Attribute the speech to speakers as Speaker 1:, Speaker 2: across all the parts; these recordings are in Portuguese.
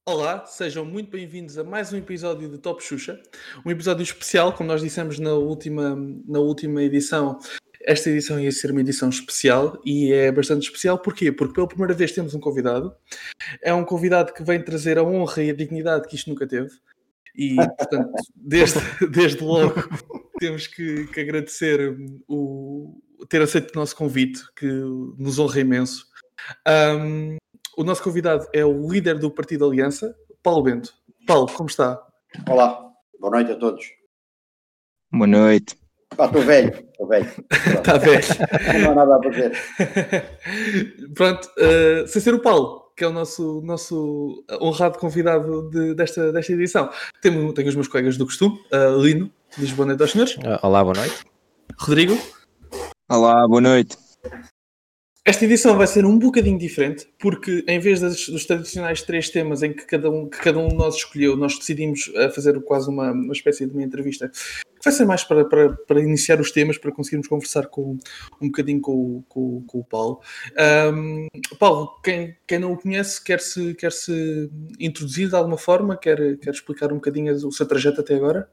Speaker 1: Olá, sejam muito bem-vindos a mais um episódio de Top Xuxa, um episódio especial, como nós dissemos na última edição. Esta edição ia ser uma edição especial e é bastante especial, porquê? Porque pela primeira vez temos um convidado, é um convidado que vem trazer a honra e a dignidade que isto nunca teve e, portanto, desde, desde logo temos que agradecer ter aceito o nosso convite, que nos honra imenso. Um, o nosso convidado é o líder do Partido Aliança, Paulo Bento. Paulo, como está?
Speaker 2: Olá, boa noite a todos.
Speaker 3: Boa noite.
Speaker 2: Estou velho.
Speaker 1: Está velho.
Speaker 2: Não há nada a fazer.
Speaker 1: Pronto, sem ser o Paulo, que é o nosso honrado convidado desta edição. Tenho os meus colegas do costume, Lino, diz boa noite aos senhores.
Speaker 4: Olá, boa noite.
Speaker 1: Rodrigo.
Speaker 3: Olá, boa noite.
Speaker 1: Esta edição vai ser um bocadinho diferente, porque em vez dos tradicionais 3 temas em que cada um de nós escolheu, nós decidimos fazer quase uma espécie de uma entrevista, que vai ser mais para iniciar os temas, para conseguirmos conversar um bocadinho com o Paulo. Paulo, quem não o conhece, quer-se introduzir de alguma forma? Quer explicar um bocadinho o seu trajeto até agora?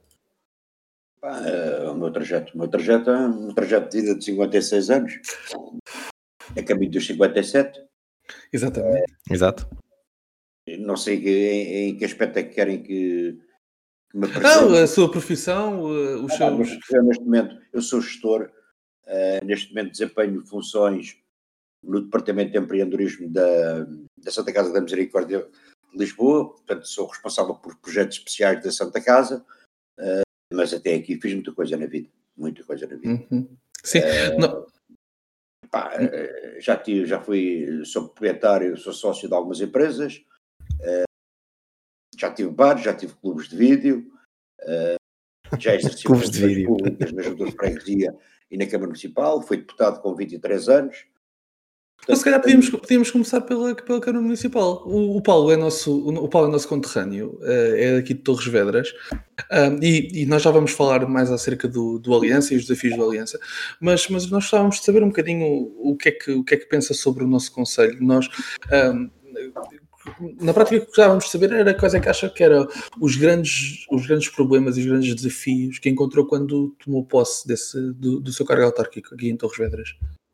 Speaker 2: O meu trajeto é um trajeto de vida de 56 anos. É caminho dos 57.
Speaker 1: Exatamente.
Speaker 4: Exato.
Speaker 2: Não sei em que aspecto é que querem que me apresente.
Speaker 1: Não, a sua profissão, os seus...
Speaker 2: Neste momento, eu sou gestor. Neste momento desempenho funções no Departamento de Empreendedorismo da Santa Casa da Misericórdia de Lisboa. Portanto, sou responsável por projetos especiais da Santa Casa. Mas até aqui fiz muita coisa na vida.
Speaker 1: Uhum. Sim.
Speaker 2: Sou proprietário, sou sócio de algumas empresas, já tive bares, já tive clubes de vídeo, já exerci funções públicas na Junta de Freguesia e na Câmara Municipal, fui deputado com 23 anos.
Speaker 1: Portanto, se calhar podíamos começar pela Câmara Municipal. O Paulo é nosso conterrâneo, é aqui de Torres Vedras, e nós já vamos falar mais acerca do Aliança e os desafios do Aliança, mas nós gostávamos de saber um bocadinho o que é que pensa sobre o nosso concelho. Nós, na prática, o que gostávamos de saber era quais é que acha que eram os grandes problemas e os grandes desafios que encontrou quando tomou posse do seu cargo autárquico aqui em Torres Vedras.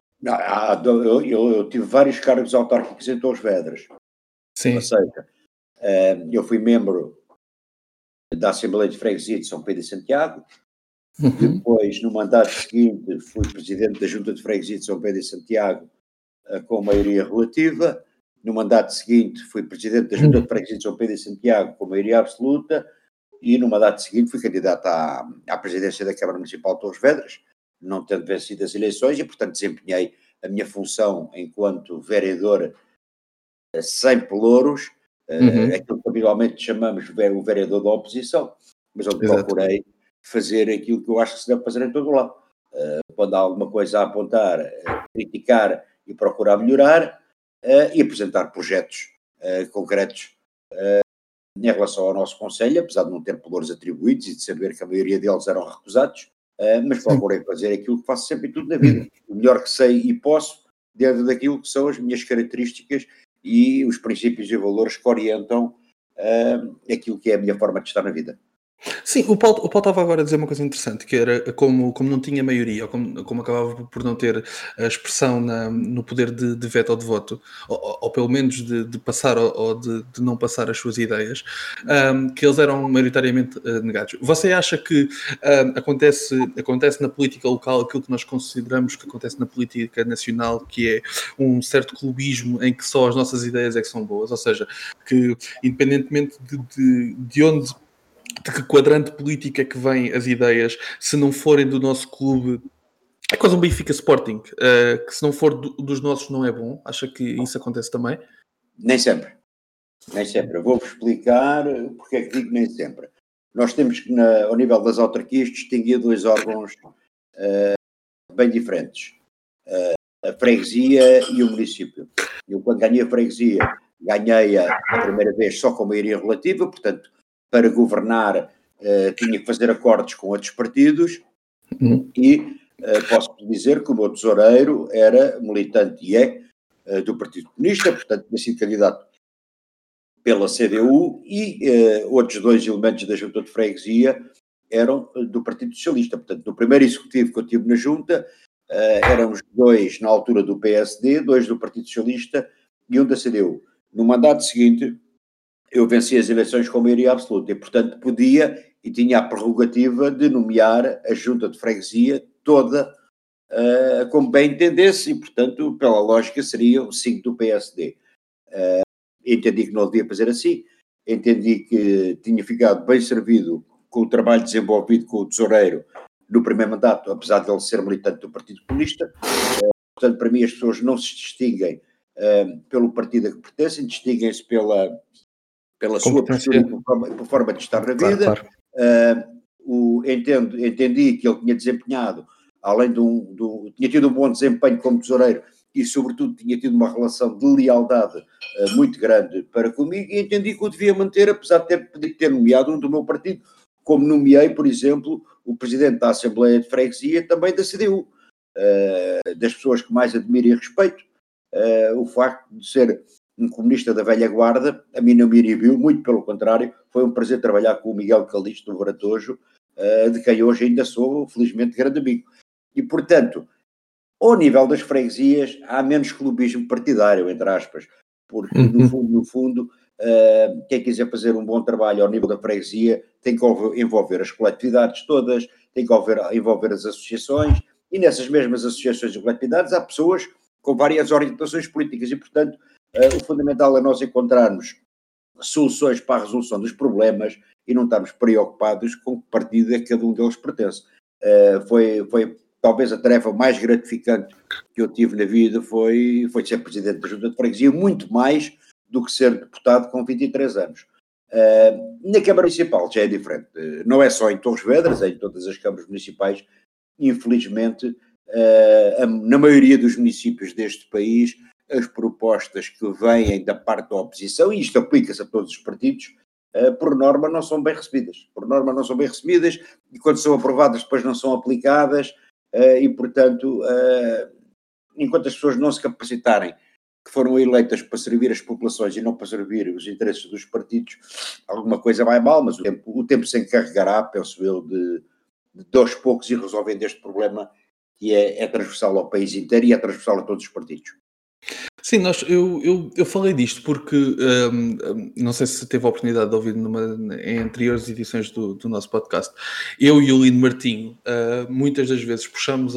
Speaker 2: Eu tive vários cargos autárquicos em Torres Vedras.
Speaker 1: Sim.
Speaker 2: Ou seja, eu fui membro da Assembleia de Freguesia de São Pedro e Santiago. Depois, no mandato seguinte, fui presidente da Junta de Freguesia de São Pedro e Santiago com maioria relativa. No mandato seguinte, fui presidente da Junta de Freguesia de São Pedro e Santiago com maioria absoluta. E no mandato seguinte fui candidato à presidência da Câmara Municipal de Torres Vedras, não tendo vencido as eleições, e portanto desempenhei a minha função enquanto vereador sem pelouros, aquilo que habitualmente chamamos o vereador da oposição, mas onde procurei fazer aquilo que eu acho que se deve fazer em todo o lado. Quando há alguma coisa a apontar, criticar e procurar melhorar, e apresentar projetos concretos em relação ao nosso Conselho, apesar de não ter pelouros atribuídos e de saber que a maioria deles eram recusados, mas procurei fazer aquilo que faço sempre e tudo na vida. O melhor que sei e posso, dentro daquilo que são as minhas características e os princípios e valores que orientam aquilo que é a minha forma de estar na vida.
Speaker 1: Sim, o Paulo estava agora a dizer uma coisa interessante, que era como não tinha maioria, ou como acabava por não ter a expressão no poder de veto ou de voto, ou pelo menos de passar ou de não passar as suas ideias, que eles eram maioritariamente negados. Você acha que acontece na política local aquilo que nós consideramos que acontece na política nacional, que é um certo clubismo em que só as nossas ideias é que são boas? Ou seja, que independentemente de que quadrante político é que vêm as ideias, se não forem do nosso clube, é quase um Benfica Sporting, que se não for dos nossos não é bom. Acha que isso acontece também?
Speaker 2: Nem sempre. Eu vou-vos explicar porque é que digo nem sempre. Nós temos que, ao nível das autarquias, distinguir 2 órgãos bem diferentes. A freguesia e o município. Eu, quando ganhei a freguesia, ganhei-a a primeira vez só com maioria relativa, portanto, para governar tinha que fazer acordos com outros partidos e posso dizer que o meu tesoureiro era militante e do Partido Comunista, portanto tinha sido candidato pela CDU e outros 2 elementos da Junta de Freguesia eram do Partido Socialista. Portanto, no primeiro executivo que eu tive na Junta, éramos 2 na altura do PSD, 2 do Partido Socialista e 1 da CDU. No mandato seguinte, eu venci as eleições com maioria absoluta e, portanto, podia e tinha a prerrogativa de nomear a Junta de Freguesia toda como bem entendesse e, portanto, pela lógica, seria o 5 do PSD. Entendi que não devia fazer assim, entendi que tinha ficado bem servido com o trabalho desenvolvido com o tesoureiro no primeiro mandato, apesar de ele ser militante do Partido Comunista. Portanto, para mim as pessoas não se distinguem pelo partido a que pertencem, distinguem-se pela sua postura e pela forma de estar na vida.
Speaker 4: Claro.
Speaker 2: Entendi que ele tinha desempenhado, além tinha tido um bom desempenho como tesoureiro e, sobretudo, tinha tido uma relação de lealdade muito grande para comigo, e entendi que o devia manter, apesar de ter nomeado um do meu partido, como nomeei, por exemplo, o presidente da Assembleia de Freguesia, também da CDU, das pessoas que mais admiro e respeito. O facto de ser um comunista da velha guarda, a mim não me inibiu, muito pelo contrário, foi um prazer trabalhar com o Miguel Calixto do Varatojo, de quem hoje ainda sou, felizmente, grande amigo. E, portanto, ao nível das freguesias, há menos clubismo partidário, entre aspas, porque, no fundo, quem quiser fazer um bom trabalho ao nível da freguesia tem que envolver as coletividades todas, tem que envolver as associações, e nessas mesmas associações e coletividades há pessoas com várias orientações políticas e, portanto, o fundamental é nós encontrarmos soluções para a resolução dos problemas e não estarmos preocupados com que partido é que cada um deles pertence. Foi talvez a tarefa mais gratificante que eu tive na vida foi ser presidente da Junta de Freguesia, muito mais do que ser deputado com 23 anos. Na Câmara Municipal já é diferente. Não é só em Torres Vedras, é em todas as câmaras municipais. Infelizmente, na maioria dos municípios deste país, as propostas que vêm da parte da oposição, e isto aplica-se a todos os partidos, por norma não são bem recebidas. Por norma não são bem recebidas, e quando são aprovadas depois não são aplicadas, e portanto, enquanto as pessoas não se capacitarem que foram eleitas para servir as populações e não para servir os interesses dos partidos, alguma coisa vai mal, mas o tempo se encarregará, penso eu, de aos poucos ir resolvendo este problema que é transversal ao país inteiro e é transversal a todos os partidos.
Speaker 1: Sim, eu falei disto porque não sei se teve a oportunidade de ouvir em anteriores edições do nosso podcast. Eu e o Lino Martinho muitas das vezes puxamos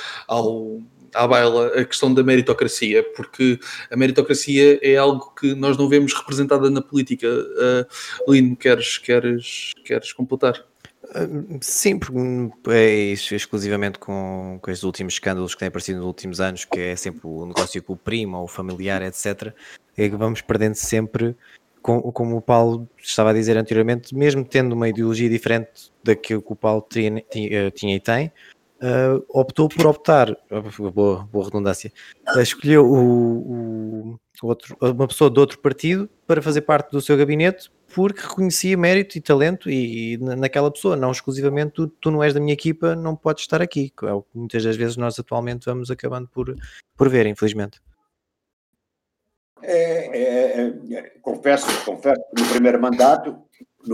Speaker 1: à baila a questão da meritocracia, porque a meritocracia é algo que nós não vemos representada na política. Lino, queres completar?
Speaker 4: Sim, porque é exclusivamente com estes últimos escândalos que têm aparecido nos últimos anos, que é sempre o negócio com o primo ou o familiar, etc., é que vamos perdendo sempre, como o Paulo estava a dizer anteriormente, mesmo tendo uma ideologia diferente daquilo que o Paulo tinha e tem, optou por optar, boa redundância, escolheu uma pessoa de outro partido para fazer parte do seu gabinete porque reconhecia mérito e talento e naquela pessoa, não exclusivamente tu não és da minha equipa, não podes estar aqui, é o que muitas das vezes nós atualmente vamos acabando por ver, infelizmente.
Speaker 2: Confesso que no primeiro mandato,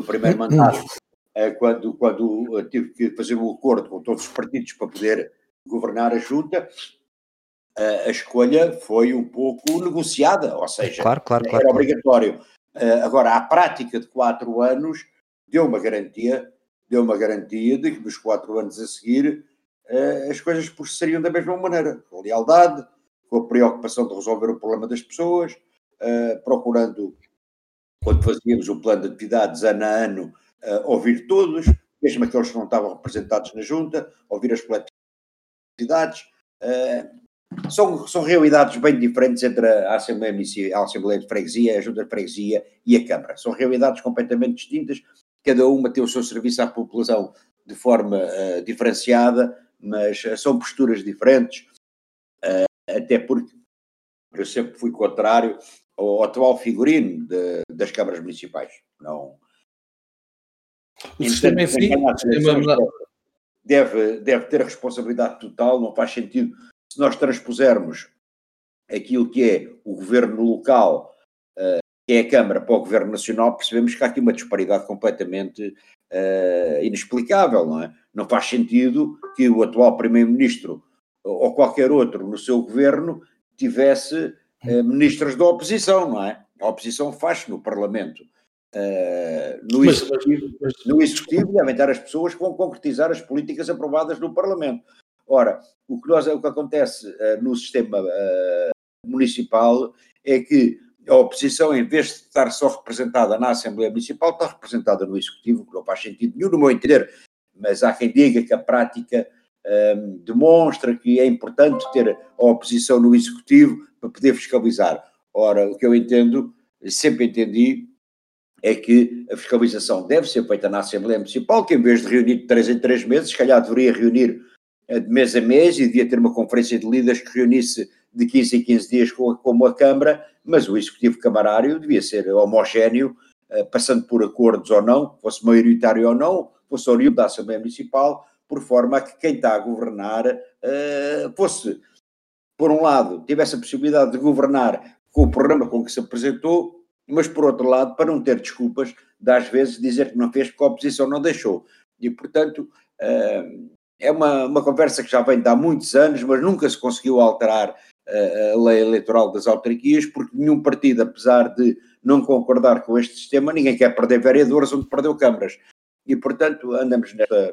Speaker 2: quando tive que fazer um acordo com todos os partidos para poder governar a junta, a escolha foi um pouco negociada, ou seja,
Speaker 4: claro.
Speaker 2: Era obrigatório. Agora, a prática de 4 anos deu uma garantia de que nos 4 anos a seguir as coisas processariam da mesma maneira, com lealdade, com a preocupação de resolver o problema das pessoas, procurando, quando fazíamos o plano de atividades ano a ano, ouvir todos, mesmo aqueles que não estavam representados na junta, ouvir as coletividades. São realidades bem diferentes entre a Assembleia de Freguesia, a Junta de Freguesia e a Câmara. São realidades completamente distintas, cada uma tem o seu serviço à população de forma diferenciada, mas são posturas diferentes, até porque eu sempre fui contrário ao atual figurino das câmaras municipais. Não.
Speaker 1: O sistema em si
Speaker 2: deve ter responsabilidade total, não faz sentido. Se nós transpusermos aquilo que é o governo local que é a Câmara para o Governo Nacional, percebemos que há aqui uma disparidade completamente inexplicável, não é? Não faz sentido que o atual Primeiro-Ministro ou qualquer outro no seu governo tivesse ministros da oposição, não é? A oposição faz-se no Parlamento. No Executivo devem estar as pessoas que vão concretizar as políticas aprovadas no Parlamento. Ora, o que acontece no sistema municipal é que a oposição, em vez de estar só representada na Assembleia Municipal, está representada no Executivo, que não faz sentido nenhum, no meu entender, mas há quem diga que a prática demonstra que é importante ter a oposição no Executivo para poder fiscalizar. Ora, o que eu entendo, sempre entendi, é que a fiscalização deve ser feita na Assembleia Municipal, que em vez de reunir de 3 em 3 meses, se calhar deveria reunir de mês a mês e devia ter uma conferência de líderes que reunisse de 15 em 15 dias como a Câmara, mas o Executivo Camarário devia ser homogéneo, passando por acordos ou não, fosse maioritário ou não, fosse oriundo da Assembleia Municipal, por forma a que quem está a governar fosse, por um lado, tivesse a possibilidade de governar com o programa com que se apresentou, mas por outro lado, para não ter desculpas de às vezes dizer que não fez porque a oposição não deixou. E, portanto, é uma conversa que já vem de há muitos anos, mas nunca se conseguiu alterar a lei eleitoral das autarquias, porque nenhum partido, apesar de não concordar com este sistema, ninguém quer perder vereadores onde perdeu câmaras. E, portanto, andamos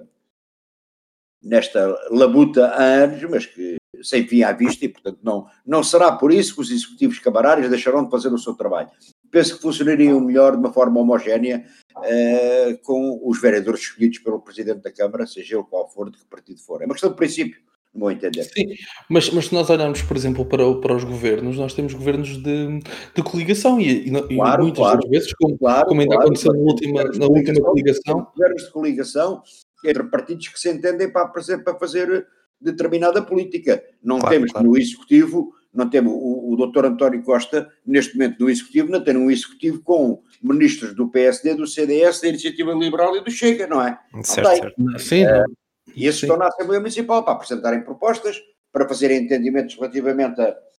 Speaker 2: nesta labuta há anos, mas que sem fim à vista, e, portanto, não será por isso que os executivos camarários deixarão de fazer o seu trabalho. Penso que funcionariam melhor de uma forma homogénea com os vereadores escolhidos pelo Presidente da Câmara, seja ele qual for, de que partido for. É uma questão de princípio, no meu entender.
Speaker 1: Sim, mas se nós olharmos, por exemplo, para os governos, nós temos governos de coligação e muitas das vezes, como ainda aconteceu na última coligação.
Speaker 2: Governos de coligação entre partidos que se entendem para fazer determinada política. Não temos no Executivo, não temos o Dr. António Costa, neste momento no Executivo, não tem um Executivo com ministros do PSD, do CDS, da Iniciativa Liberal e do Chega, não é?
Speaker 4: Certo.
Speaker 1: Sim,
Speaker 2: e esses estão na Assembleia Municipal para apresentarem propostas, para fazerem entendimentos relativamente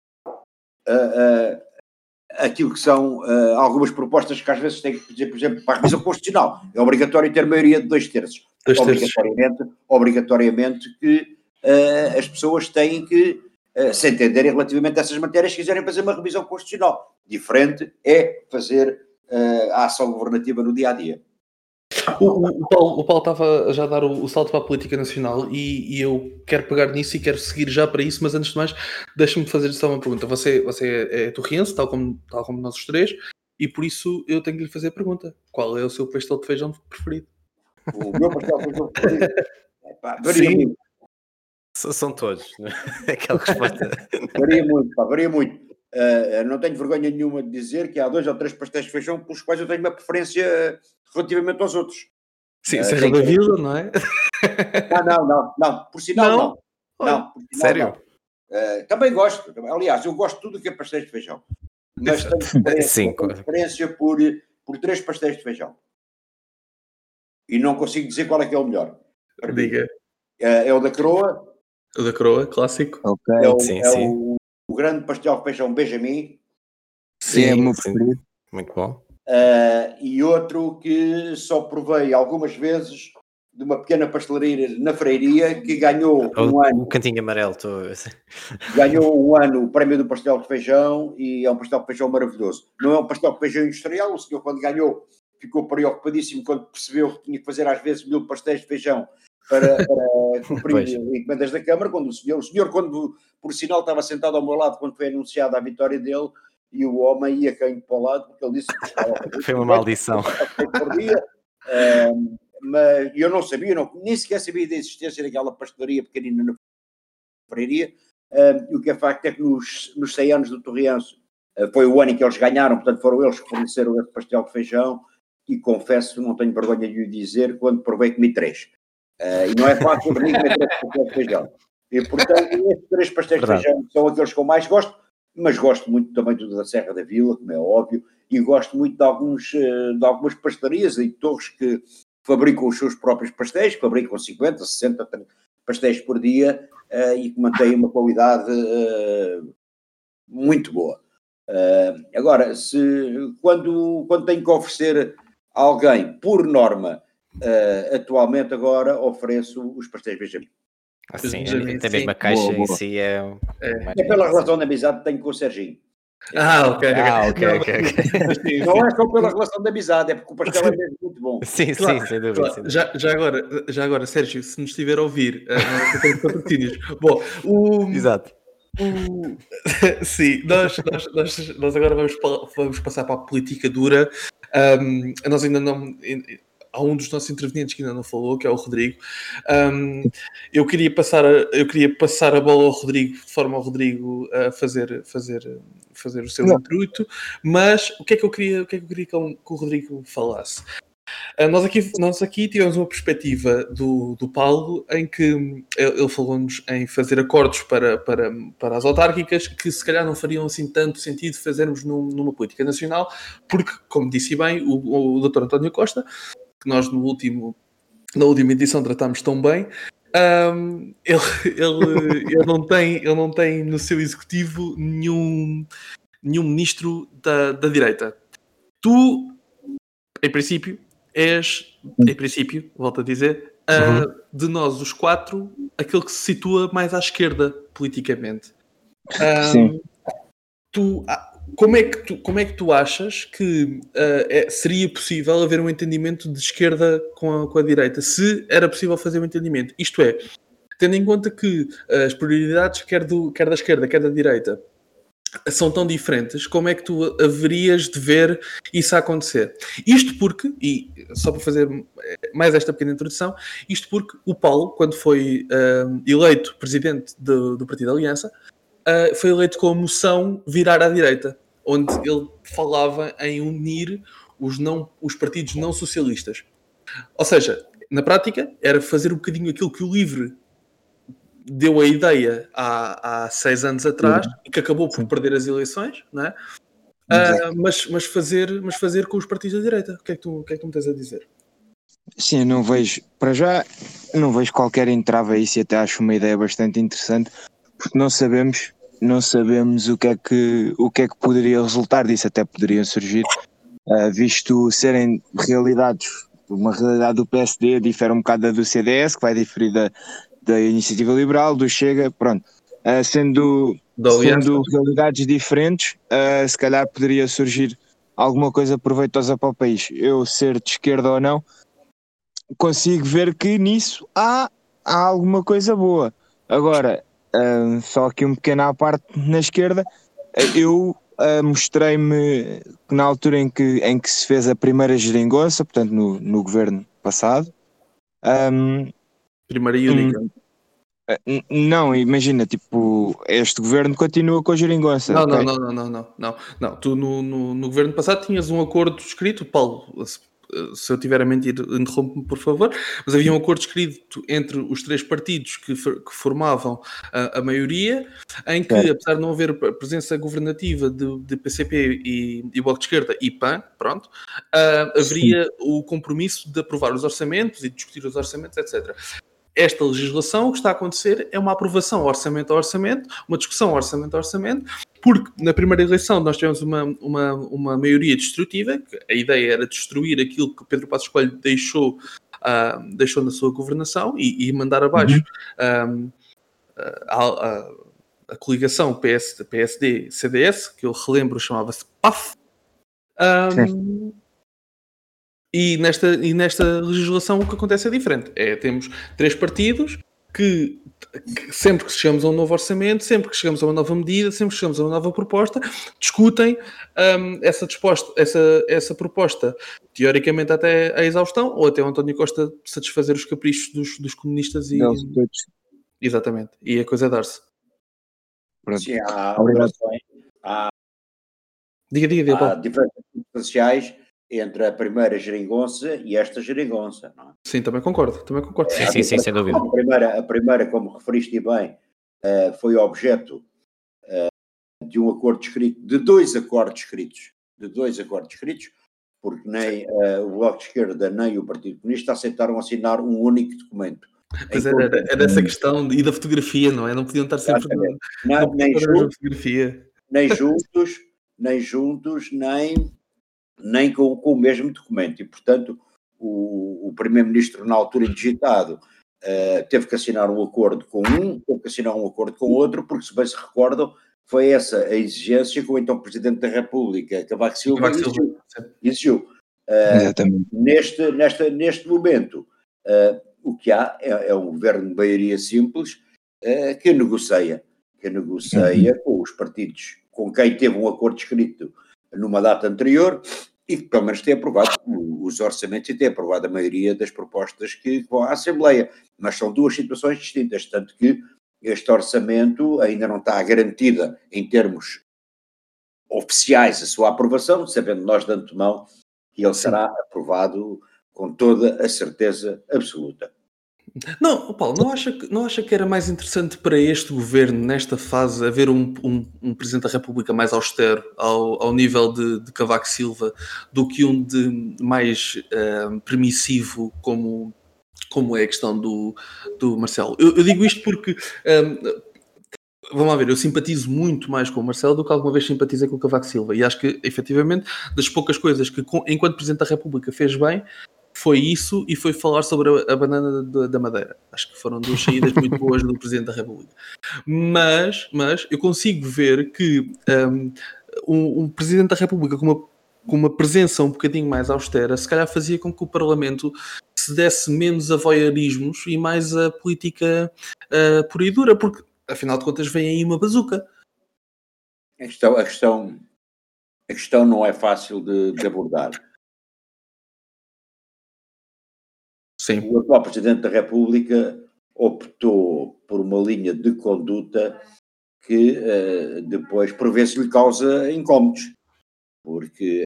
Speaker 2: a aquilo que são algumas propostas que às vezes têm que dizer, por exemplo, para a revisão constitucional. É obrigatório ter maioria de 2/3. Obrigatoriamente que as pessoas têm que se entenderem relativamente a essas matérias se quiserem fazer uma revisão constitucional. Diferente é fazer a ação governativa no dia-a-dia.
Speaker 1: O Paulo estava já a dar o salto para a política nacional e eu quero pegar nisso e quero seguir já para isso, mas antes de mais, deixa-me fazer só uma pergunta. Você é torriense, tal como nós os três, e por isso eu tenho que lhe fazer a pergunta. Qual é o seu pastel de feijão preferido?
Speaker 2: O meu pastel de feijão preferido? Varia muito.
Speaker 4: São todos, não é? Aquela resposta.
Speaker 2: Varia muito. Não tenho vergonha nenhuma de dizer que há 2 ou 3 pastéis de feijão pelos quais eu tenho uma preferência relativamente aos outros.
Speaker 1: Sim, Serra da Vila, não é?
Speaker 2: Não. Por sinal, não.
Speaker 4: Sério?
Speaker 2: Não. Também gosto. Aliás, eu gosto de tudo que é pastéis de feijão. Mas tenho preferência por 3 pastéis de feijão. E não consigo dizer qual é que é o melhor.
Speaker 1: Diga.
Speaker 2: É o da Croa.
Speaker 1: O da Croa, clássico.
Speaker 3: Okay.
Speaker 2: O grande pastel de feijão Benjamin.
Speaker 3: Sim, é o meu preferido.
Speaker 4: Muito bom.
Speaker 2: E outro que só provei algumas vezes de uma pequena pastelaria na Freiria que ganhou um ano.
Speaker 4: O cantinho amarelo.
Speaker 2: Ganhou um ano o prémio do pastel de feijão e é um pastel de feijão maravilhoso. Não é um pastel de feijão industrial. O senhor, quando ganhou, ficou preocupadíssimo quando percebeu que tinha que fazer às vezes 1000 pastéis de feijão para cumprir encomendas da Câmara. Quando o senhor, quando por sinal estava sentado ao meu lado quando foi anunciada a vitória dele, e o homem ia caindo para o lado porque ele disse que
Speaker 4: foi uma maldição.
Speaker 2: Mas eu não sabia, nem sequer sabia da existência daquela pastelaria pequenina na Freiria. O que é facto é que nos 100 anos do Torriense foi o ano em que eles ganharam, portanto foram eles que forneceram esse pastel de feijão e confesso, não tenho vergonha de o dizer, quando provei comi 3. E não é fácil para mim comer 3 pastéis de feijão. E portanto estes 3 pastéis de feijão são aqueles que eu mais gosto, mas gosto muito também do da Serra da Vila, como é óbvio, e gosto muito de algumas pastelarias e torres que fabricam os seus próprios pastéis, que fabricam 50, 60 pastéis por dia e que mantêm uma qualidade muito boa. Agora, quando tenho que oferecer a alguém, por norma, atualmente agora ofereço os pastéis Benjamin.
Speaker 4: Assim,
Speaker 1: Benjamin,
Speaker 4: até
Speaker 1: sim.
Speaker 4: mesmo a caixa
Speaker 3: Boa.
Speaker 4: em si é...
Speaker 2: É pela relação de amizade que tenho com o Serginho.
Speaker 1: Ok.
Speaker 4: ok.
Speaker 2: Não é só pela relação de amizade, é porque o pastel é mesmo muito bom.
Speaker 4: Sim,
Speaker 1: Claro,
Speaker 4: sim, sem dúvida.
Speaker 1: claro. Já agora, Sérgio, se nos estiver a ouvir, não temos patrocínios. Bom,
Speaker 4: Exato.
Speaker 1: sim, nós agora vamos passar para a política dura. Nós ainda não. Há um dos nossos intervenientes que ainda não falou, que é o Rodrigo. Eu queria passar a bola ao Rodrigo, de forma ao Rodrigo a fazer o seu intuito, mas o que é que eu queria que o Rodrigo falasse? Nós aqui tivemos uma perspectiva do Paulo em que ele falou-nos em fazer acordos para as autárquicas que se calhar não fariam assim tanto sentido fazermos numa política nacional, porque, como disse bem o Dr. António Costa, que nós na última edição tratámos tão bem, ele não tem no seu executivo nenhum ministro da direita. Tu, em princípio, volto a dizer, de nós os quatro, aquele que se situa mais à esquerda politicamente.
Speaker 3: Sim.
Speaker 1: Como é que tu achas que seria possível haver um entendimento de esquerda com a direita? Se era possível fazer um entendimento. Isto é, tendo em conta que as prioridades quer da esquerda, quer da direita, são tão diferentes, como é que tu haverias de ver isso a acontecer? Isto porque, e só para fazer mais esta pequena introdução, isto porque o Paulo, quando foi eleito presidente do Partido Aliança, foi eleito com a moção virar à direita, onde ele falava em unir os partidos não socialistas. Ou seja, na prática, era fazer um bocadinho aquilo que o LIVRE deu a ideia há 6 anos atrás e que acabou por perder as eleições, não é? Mas fazer com os partidos da direita. O que é que tu me tens a dizer?
Speaker 3: Sim, não vejo, para já, não vejo qualquer entrave a isso e até acho uma ideia bastante interessante, porque não sabemos o que é que poderia resultar disso, até poderiam surgir, visto serem realidades, uma realidade do PSD difere um bocado da do CDS, que vai diferir da Iniciativa Liberal, do Chega, pronto. Sendo realidades diferentes, se calhar poderia surgir alguma coisa proveitosa para o país. Eu, ser de esquerda ou não, consigo ver que nisso há alguma coisa boa. Agora, só aqui um pequeno à parte na esquerda, eu mostrei-me na altura em que se fez a primeira geringonça, portanto no governo passado.
Speaker 1: Primeira e única.
Speaker 3: Não, imagina, tipo, este governo continua com a geringonça.
Speaker 1: Não,
Speaker 3: okay?
Speaker 1: não. Tu no governo passado tinhas um acordo escrito, Paulo, se eu estiver a mentir, interrompe-me por favor, mas havia um acordo escrito entre os 3 partidos que formavam a maioria, em que, apesar de não haver presença governativa de PCP e Bloco de Esquerda e PAN, pronto, haveria o compromisso de aprovar os orçamentos e de discutir os orçamentos, etc. Esta legislação, o que está a acontecer é uma aprovação orçamento a orçamento, uma discussão orçamento a orçamento, porque na primeira eleição nós tivemos uma maioria destrutiva, que a ideia era destruir aquilo que Pedro Passos Coelho deixou na sua governação e mandar abaixo a coligação PSD-CDS, que eu relembro chamava-se PAF. E nesta legislação o que acontece é diferente. Temos 3 partidos que sempre que chegamos a um novo orçamento, sempre que chegamos a uma nova medida, sempre que chegamos a uma nova proposta, discutem essa proposta, teoricamente até à exaustão, ou até o António Costa satisfazer os caprichos dos comunistas e... Exatamente. E a coisa é dar-se.
Speaker 2: Sim, há diferenças substanciais entre a primeira geringonça e esta geringonça, não é?
Speaker 1: Sim, também concordo.
Speaker 4: Sim, sem dúvida.
Speaker 2: A primeira, como referiste bem, foi objeto de um acordo escrito, de dois acordos escritos, porque nem o Bloco de Esquerda nem o Partido Comunista aceitaram assinar um único documento.
Speaker 1: Pois é dessa questão e da fotografia, não é? Não podiam estar sempre
Speaker 2: nem juntos, nem juntos, nem com o mesmo documento. E, portanto, o primeiro-ministro, na altura indigitado, teve que assinar um acordo com um, teve que assinar um acordo com outro, porque, se bem se recordam, foi essa a exigência que o então Presidente da República, Cavaco Silva, exigiu.
Speaker 3: Exatamente.
Speaker 2: Neste momento, o que há é um governo de maioria simples que negocia com os partidos com quem teve um acordo escrito numa data anterior e que pelo menos tem aprovado os orçamentos e tem aprovado a maioria das propostas que vão à Assembleia. Mas são duas situações distintas, tanto que este orçamento ainda não está garantida em termos oficiais a sua aprovação, sabendo nós de antemão que ele será aprovado com toda a certeza absoluta.
Speaker 1: Não, Paulo, não acha que era mais interessante para este governo, nesta fase, haver um Presidente da República mais austero ao nível de Cavaco Silva do que um de mais permissivo como é a questão do Marcelo? Eu digo isto porque, vamos lá ver, eu simpatizo muito mais com o Marcelo do que alguma vez simpatizei com o Cavaco Silva e acho que, efetivamente, das poucas coisas que, enquanto Presidente da República, fez bem, foi isso e foi falar sobre a banana da Madeira. Acho que foram duas saídas muito boas do Presidente da República. Mas eu consigo ver que um Presidente da República com uma presença um bocadinho mais austera, se calhar fazia com que o Parlamento se desse menos a voyeurismos e mais a política pura e dura, porque, afinal de contas, vem aí uma bazuca.
Speaker 2: A questão não é fácil de abordar.
Speaker 1: Sim.
Speaker 2: O atual Presidente da República optou por uma linha de conduta que depois, por vezes, lhe causa incómodos. Porque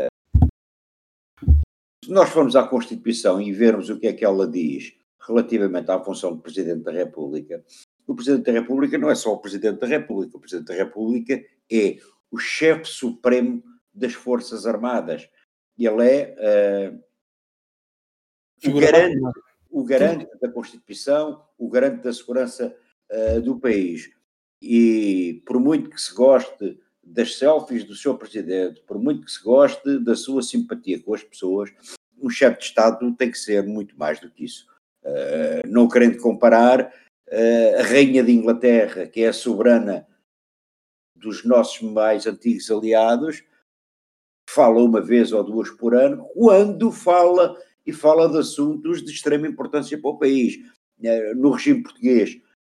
Speaker 2: se nós formos à Constituição e vermos o que é que ela diz relativamente à função do Presidente da República, o Presidente da República não é só o Presidente da República. O Presidente da República é o chefe supremo das Forças Armadas. Ele é o garante da Constituição, o garante da segurança do país. E por muito que se goste das selfies do seu Presidente, por muito que se goste da sua simpatia com as pessoas, um chefe de Estado tem que ser muito mais do que isso. Não querendo comparar, a Rainha de Inglaterra, que é a soberana dos nossos mais antigos aliados, fala uma vez ou duas por ano, quando fala de assuntos de extrema importância para o país. No regime português,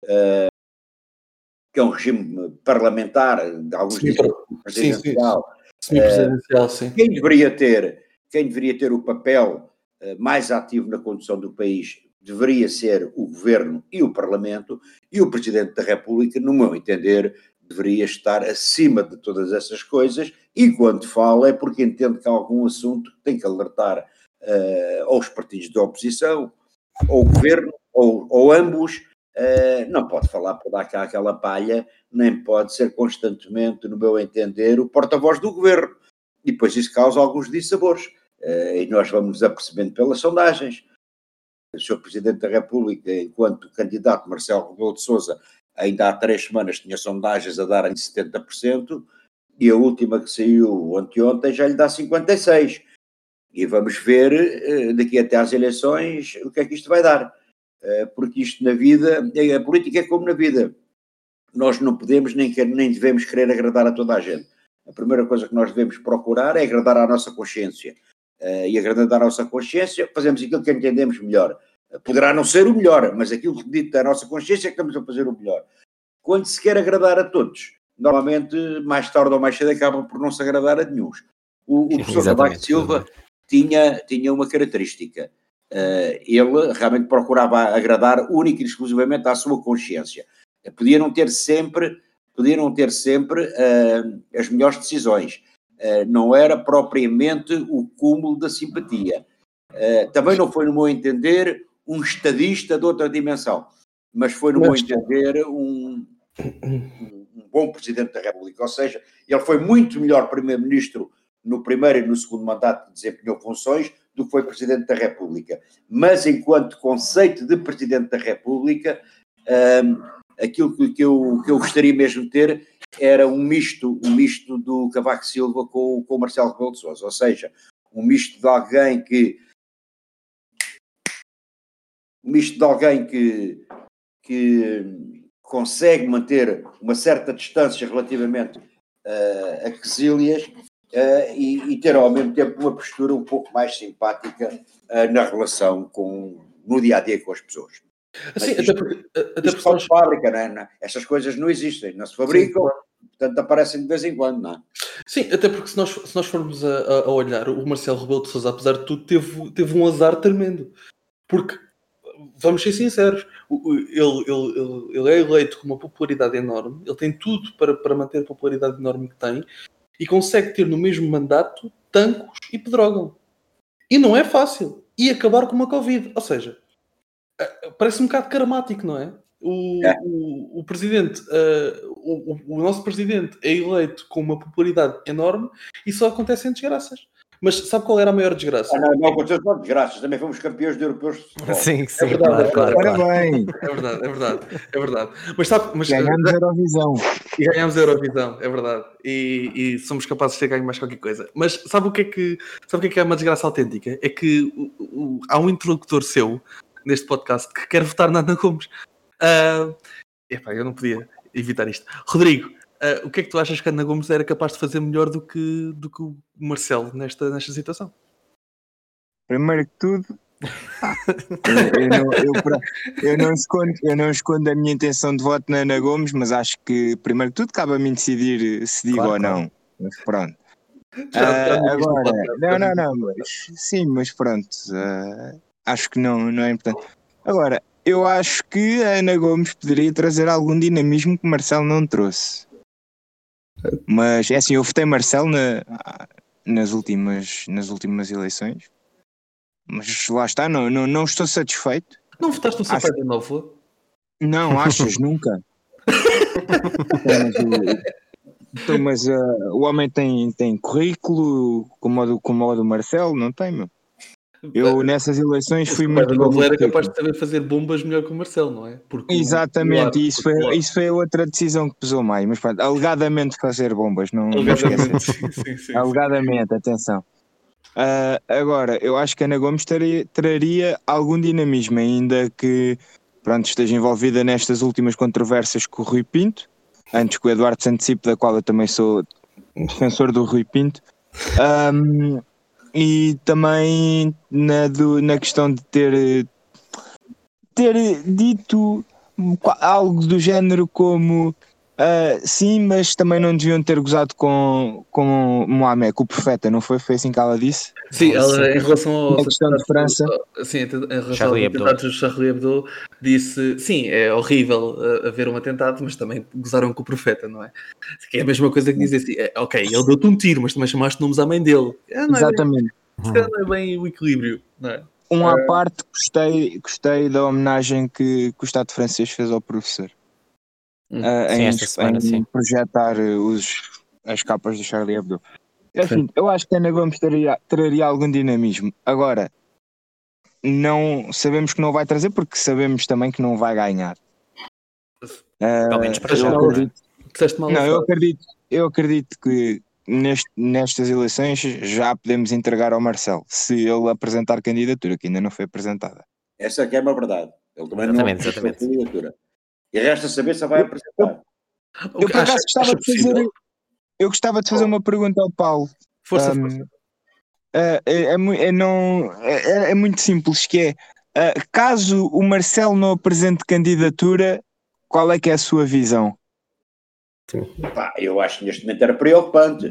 Speaker 2: que é um regime parlamentar, alguns dizem presidencial,
Speaker 1: semi-presidencial, sim.
Speaker 2: Quem deveria ter o papel mais ativo na condução do país deveria ser o Governo e o Parlamento, e o Presidente da República, no meu entender, deveria estar acima de todas essas coisas, e quando fala é porque entende que há algum assunto que tem que alertar aos partidos de oposição, ou Governo, ou ambos. Não pode falar por dar cá aquela palha, nem pode ser constantemente, no meu entender, o porta-voz do Governo. E depois isso causa alguns dissabores. E nós vamos nos apercebendo pelas sondagens. O Sr. Presidente da República, enquanto candidato Marcelo Rebelo de Sousa, ainda há 3 semanas tinha sondagens a darem 70%, e a última que saiu anteontem já lhe dá 56%. E vamos ver daqui até às eleições o que é que isto vai dar. Porque isto na vida, a política é como na vida. Nós não podemos nem devemos querer agradar a toda a gente. A primeira coisa que nós devemos procurar é agradar à nossa consciência. E agradar à nossa consciência, fazemos aquilo que entendemos melhor. Poderá não ser o melhor, mas aquilo que dito da nossa consciência é que estamos a fazer o melhor. Quando se quer agradar a todos, normalmente, mais tarde ou mais cedo, acaba por não se agradar a nenhum. O professor Cavaco Silva tinha uma característica. Ele realmente procurava agradar única e exclusivamente à sua consciência. Podia não ter sempre as melhores decisões. Não era propriamente o cúmulo da simpatia. Também não foi, no meu entender, um estadista de outra dimensão, mas foi, no meu entender, um bom Presidente da República. Ou seja, ele foi muito melhor Primeiro-Ministro no primeiro e no segundo mandato que desempenhou funções do que foi Presidente da República. Mas, enquanto conceito de Presidente da República, aquilo que eu gostaria mesmo de ter era um misto do Cavaco Silva com o Marcelo Rebelo de Sousa, ou seja, um misto de alguém que consegue manter uma certa distância relativamente a Quisílias e ter ao mesmo tempo uma postura um pouco mais simpática na relação no dia-a-dia com as pessoas.
Speaker 1: Assim,
Speaker 2: até porque só de fábrica, não é? Essas coisas não existem, não se fabricam, sim, claro. Portanto aparecem de vez em quando, não é?
Speaker 1: Sim, até porque se nós formos a olhar, o Marcelo Rebelo de Sousa, apesar de tudo, teve um azar tremendo. Porque, vamos ser sinceros, ele é eleito com uma popularidade enorme, ele tem tudo para manter a popularidade enorme que tem e consegue ter no mesmo mandato Tancos e Pedrógão. E não é fácil. E acabar com uma Covid. Ou seja, parece um bocado karmático, não é? O presidente, o nosso presidente é eleito com uma popularidade enorme e só acontecem desgraças. Mas sabe qual era a maior desgraça?
Speaker 2: Não aconteceu só desgraças, também fomos campeões de europeus de futebol.
Speaker 4: Sim,
Speaker 1: é verdade,
Speaker 4: claro.
Speaker 3: Parabéns!
Speaker 1: É verdade. Mas
Speaker 3: ganhamos a Eurovisão.
Speaker 1: E ganhámos a Eurovisão, é verdade. E somos capazes de ter ganho mais qualquer coisa. Mas sabe o que é uma desgraça autêntica? É que há um interlocutor seu neste podcast que quer votar na Ana Gomes. Eu não podia evitar isto. Rodrigo, o que é que tu achas que a Ana Gomes era capaz de fazer melhor do que o Marcelo nesta situação?
Speaker 3: Primeiro que tudo, eu não escondo a minha intenção de voto na Ana Gomes, mas acho que, primeiro que tudo, cabe a mim decidir se digo ou não. Mas pronto. Agora, não, mas sim, mas pronto. Acho que não é importante. Agora, eu acho que a Ana Gomes poderia trazer algum dinamismo que o Marcelo não trouxe. Mas é assim, eu votei Marcelo nas últimas eleições. Mas lá está, não estou satisfeito.
Speaker 1: Não votaste no Sampaio da Nova?
Speaker 3: Não, achas? Nunca. Mas o homem tem currículo como o do Marcelo, não tem, meu? Eu nessas eleições fui muito bom.
Speaker 1: Ele era capaz de saber fazer bombas melhor que o Marcelo, não é?
Speaker 3: Exatamente, e isso foi outra decisão que pesou mais. Mas pronto, alegadamente fazer bombas, não esquecer. Sim. Alegadamente, atenção. Agora, eu acho que a Ana Gomes traria algum dinamismo, ainda que pronto, esteja envolvida nestas últimas controvérsias com o Rui Pinto, antes que o Eduardo se antecipe, da qual eu também sou defensor do Rui Pinto. E também na questão de ter dito algo do género como sim, mas também não deviam ter gozado com Mohamed, com o profeta, não foi? Foi assim que ela disse?
Speaker 1: Sim, ela em relação
Speaker 3: à questão de França,
Speaker 1: sim, em relação aos atentados do Charlie Hebdo, disse, sim, é horrível haver um atentado, mas também gozaram com o profeta, não é? Que é a mesma coisa que dizer assim, ok, ele deu-te um tiro, mas também chamaste nomes à mãe dele.
Speaker 3: Exatamente.
Speaker 1: Se calhar não é bem o equilíbrio, não é?
Speaker 3: À parte, gostei da homenagem que o Estado francês fez ao professor. Em projetar as capas do Charlie Hebdo. Assim, eu acho que a Ana Gomes traria algum dinamismo. Agora, não sabemos que não vai trazer, porque sabemos também que não vai ganhar.
Speaker 4: Pelo menos para já.
Speaker 3: Eu acredito que nestas eleições já podemos entregar ao Marcelo, se ele apresentar candidatura, que ainda não foi apresentada.
Speaker 2: Essa que é uma verdade. Ele também não apresentou candidatura. E resta saber se vai apresentar.
Speaker 3: Eu por acaso gostava de fazer uma pergunta ao Paulo.
Speaker 1: Força.
Speaker 3: É muito simples, que é caso o Marcelo não apresente candidatura, qual é que é a sua visão?
Speaker 2: Eu acho que neste momento era preocupante.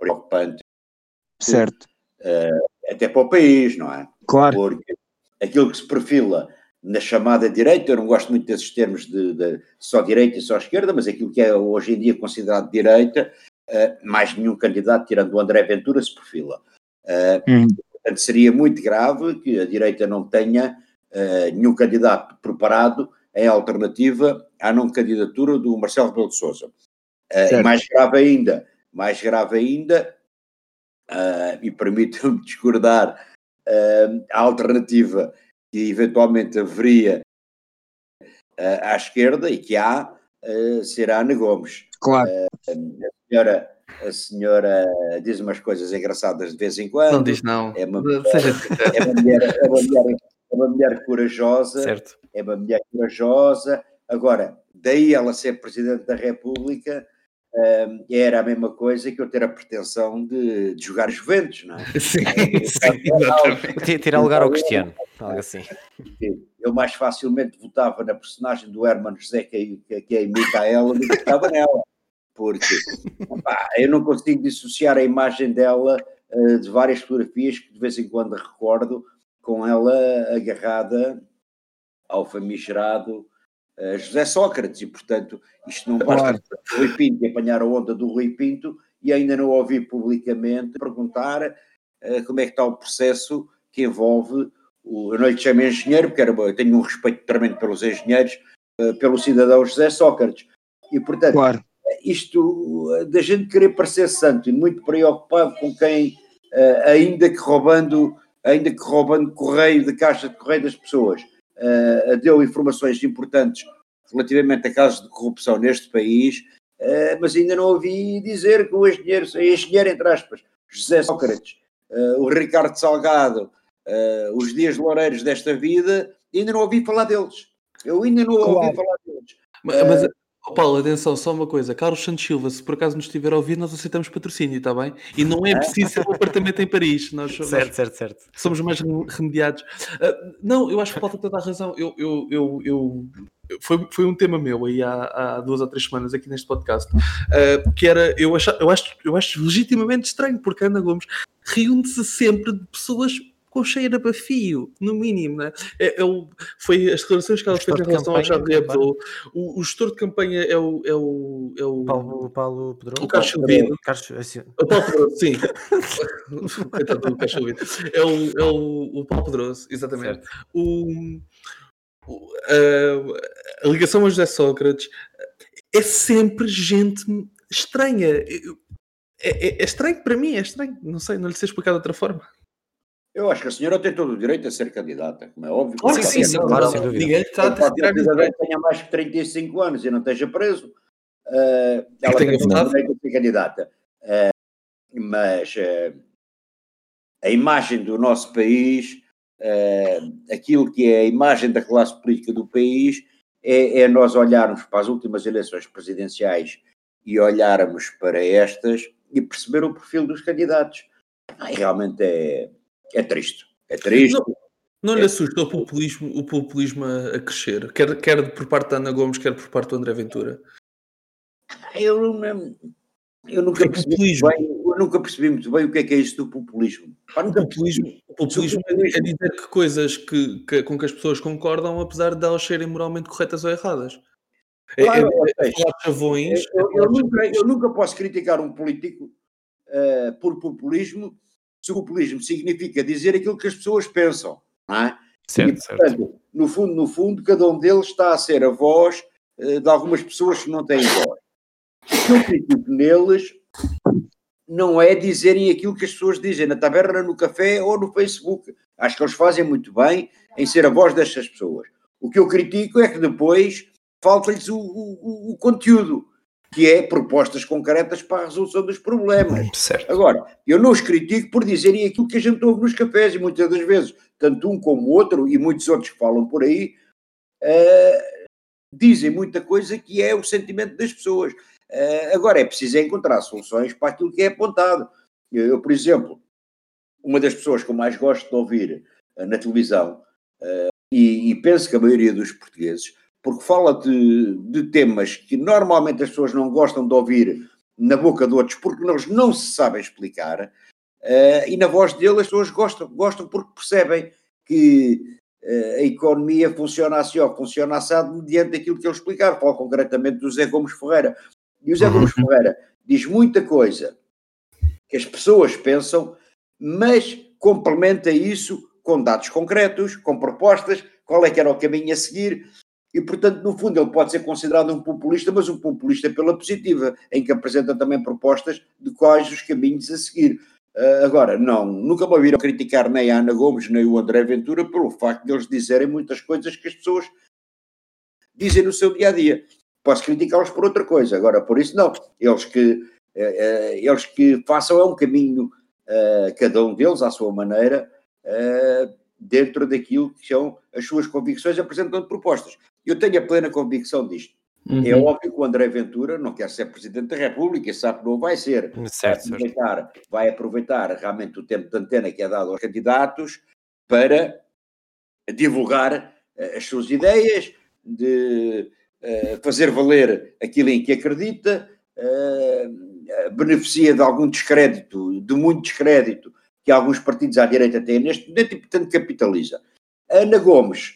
Speaker 3: Certo.
Speaker 2: Até para o país, não é?
Speaker 3: Claro.
Speaker 2: Porque aquilo que se perfila na chamada direita, eu não gosto muito desses termos de só direita e só esquerda, mas aquilo que é hoje em dia considerado direita, mais nenhum candidato, tirando o André Ventura, se perfila. Portanto, seria muito grave que a direita não tenha nenhum candidato preparado em alternativa à não candidatura do Marcelo Rebelo de Sousa. Mais grave ainda, e permitam-me discordar, a alternativa que eventualmente haveria à esquerda e que há, ser a Ana Gomes.
Speaker 3: Claro.
Speaker 2: A senhora diz umas coisas engraçadas de vez em quando.
Speaker 1: Não diz não.
Speaker 2: É uma mulher corajosa.
Speaker 4: Certo.
Speaker 2: É uma mulher corajosa. Agora, daí ela ser Presidente da República, era a mesma coisa que eu ter a pretensão de jogar Juventus, não é?
Speaker 1: Sim, exatamente.
Speaker 4: Tirar lugar ao Cristiano, algo assim.
Speaker 2: Eu mais facilmente votava na personagem do Hermano José, que imita a ela, do que votava nela. Porque eu não consigo dissociar a imagem dela de várias fotografias que de vez em quando recordo com ela agarrada ao famigerado José Sócrates, e portanto isto não basta o Rui Pinto apanhar a onda do Rui Pinto e ainda não ouvi publicamente perguntar como é que está o processo que envolve, eu não lhe chamo engenheiro, porque eu tenho um respeito tremendo pelos engenheiros, pelo cidadão José Sócrates, e portanto isto da gente querer parecer santo e muito preocupado com quem ainda que roubando correio de caixa de correio das pessoas, deu informações importantes relativamente a casos de corrupção neste país, mas ainda não ouvi dizer que o engenheiro entre aspas, José Sócrates, o Ricardo Salgado, os Dias Loureiros desta vida, ainda não ouvi falar deles. Eu ainda não ouvi falar deles.
Speaker 1: Mas Paulo, atenção, só uma coisa. Carlos Santos Silva, se por acaso nos estiver a ouvir, nós aceitamos patrocínio, está bem? E não é preciso ter um apartamento em Paris.
Speaker 4: Certo.
Speaker 1: Somos mais remediados. Não, eu acho que o Paulo tem toda a razão. Foi um tema meu aí há 2 ou 3 semanas aqui neste podcast, que era, eu acho legitimamente estranho, porque a Ana Gomes reúne-se sempre de pessoas com cheiro a bafio, no mínimo, né? Foi as declarações que ela fez em relação ao Charlie Hebdo. O gestor de campanha é o
Speaker 4: Paulo Pedroso.
Speaker 1: O Carlos Silveira. O Paulo Pedroso, sim. Coitado do Carlos Silveira. É o Paulo Pedroso, exatamente. A ligação a José Sócrates é sempre gente estranha. É estranho para mim, é estranho. Não sei, não lhe sei explicar de outra forma.
Speaker 2: Eu acho que a senhora tem todo o direito a ser candidata, como é óbvio.
Speaker 1: Claro que sim, claro, sem dúvida. Ninguém está a retirar
Speaker 2: isso. Tenha mais de 35 anos e não esteja preso, ela tem todo o direito a ser candidata. Mas a imagem do nosso país, aquilo que é a imagem da classe política do país, é nós olharmos para as últimas eleições presidenciais e olharmos para estas e perceber o perfil dos candidatos. Realmente é triste. É triste.
Speaker 1: Não lhe assusta o populismo a crescer? Quer por parte da Ana Gomes, quer por parte do André Ventura?
Speaker 2: Eu nunca percebi muito bem o que é isso do populismo.
Speaker 1: O populismo é dizer que coisas com que as pessoas concordam, apesar de elas serem moralmente corretas ou erradas.
Speaker 2: Claro, eu nunca posso criticar um político por populismo, se o populismo significa dizer aquilo que as pessoas pensam, não é?
Speaker 4: Certo,
Speaker 2: portanto, no fundo, cada um deles está a ser a voz de algumas pessoas que não têm voz. O que eu critico neles não é dizerem aquilo que as pessoas dizem na taberna, no café ou no Facebook. Acho que eles fazem muito bem em ser a voz destas pessoas. O que eu critico é que depois falta-lhes o conteúdo, que é propostas concretas para a resolução dos problemas.
Speaker 4: Certo.
Speaker 2: Agora, eu não os critico por dizerem aquilo que a gente ouve nos cafés, e muitas das vezes, tanto um como o outro, e muitos outros que falam por aí, dizem muita coisa que é o sentimento das pessoas. Agora, é preciso encontrar soluções para aquilo que é apontado. Eu, por exemplo, uma das pessoas que eu mais gosto de ouvir na televisão, e penso que a maioria dos portugueses, porque fala de temas que normalmente as pessoas não gostam de ouvir na boca de outros, porque eles não se sabem explicar, e na voz dele as pessoas gostam porque percebem que a economia funciona assim ou funciona assado mediante aquilo que ele explicar. Falo concretamente do Zé Gomes Ferreira. E o Zé Gomes Ferreira diz muita coisa que as pessoas pensam, mas complementa isso com dados concretos, com propostas, qual é que era o caminho a seguir. E, portanto, no fundo, ele pode ser considerado um populista, mas um populista pela positiva, em que apresenta também propostas de quais os caminhos a seguir. Agora, nunca me ouviram criticar nem a Ana Gomes, nem o André Ventura, pelo facto de eles dizerem muitas coisas que as pessoas dizem no seu dia-a-dia. posso criticá-los por outra coisa. Agora, por isso não. Eles que façam é um caminho, cada um deles à sua maneira, dentro daquilo que são as suas convicções, apresentando propostas. Eu tenho a plena convicção disto. É óbvio que o André Ventura não quer ser Presidente da República, sabe que não vai ser. Vai aproveitar realmente o tempo de antena que é dado aos candidatos para divulgar as suas ideias, de fazer valer aquilo em que acredita, beneficia de algum descrédito, de muito descrédito que alguns partidos à direita têm neste momento e, portanto, capitaliza. Ana Gomes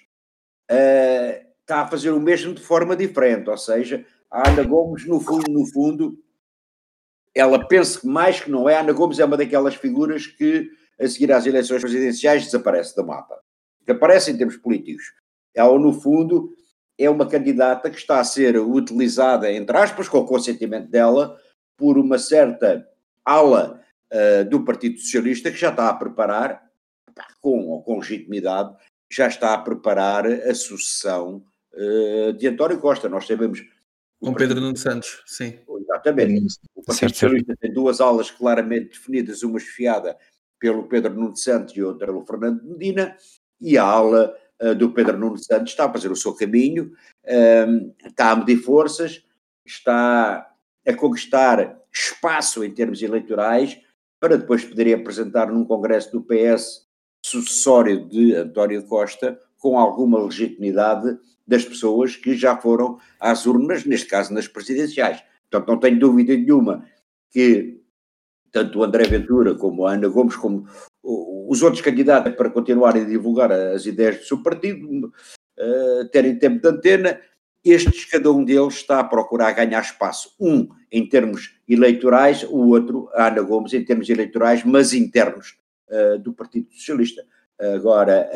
Speaker 2: está a fazer o mesmo de forma diferente, ou seja, a Ana Gomes, no fundo, ela pensa mais que não é. A Ana Gomes é uma daquelas figuras que, a seguir às eleições presidenciais, desaparece do mapa. Que aparece em termos políticos. Ela, no fundo, é uma candidata que está a ser utilizada, entre aspas, com o consentimento dela, por uma certa ala do Partido Socialista que já está a preparar, com legitimidade, já está a preparar a sucessão de António Costa. Nós sabemos...
Speaker 1: Com Pedro Nuno Santos, sim.
Speaker 2: Exatamente. O Partido Socialista tem duas alas claramente definidas, uma esfiada pelo Pedro Nuno Santos e outra pelo Fernando Medina, e a ala do Pedro Nuno Santos está a fazer o seu caminho, está a medir forças, está a conquistar espaço em termos eleitorais para depois poder apresentar num congresso do PS sucessório de António Costa com alguma legitimidade das pessoas que já foram às urnas, neste caso nas presidenciais. Portanto, não tenho dúvida nenhuma que tanto o André Ventura como a Ana Gomes, como os outros candidatos, para continuarem a divulgar as ideias do seu partido, terem tempo de antena, cada um deles está a procurar ganhar espaço. Um em termos eleitorais, o outro, a Ana Gomes, em termos eleitorais, mas internos do Partido Socialista. Agora,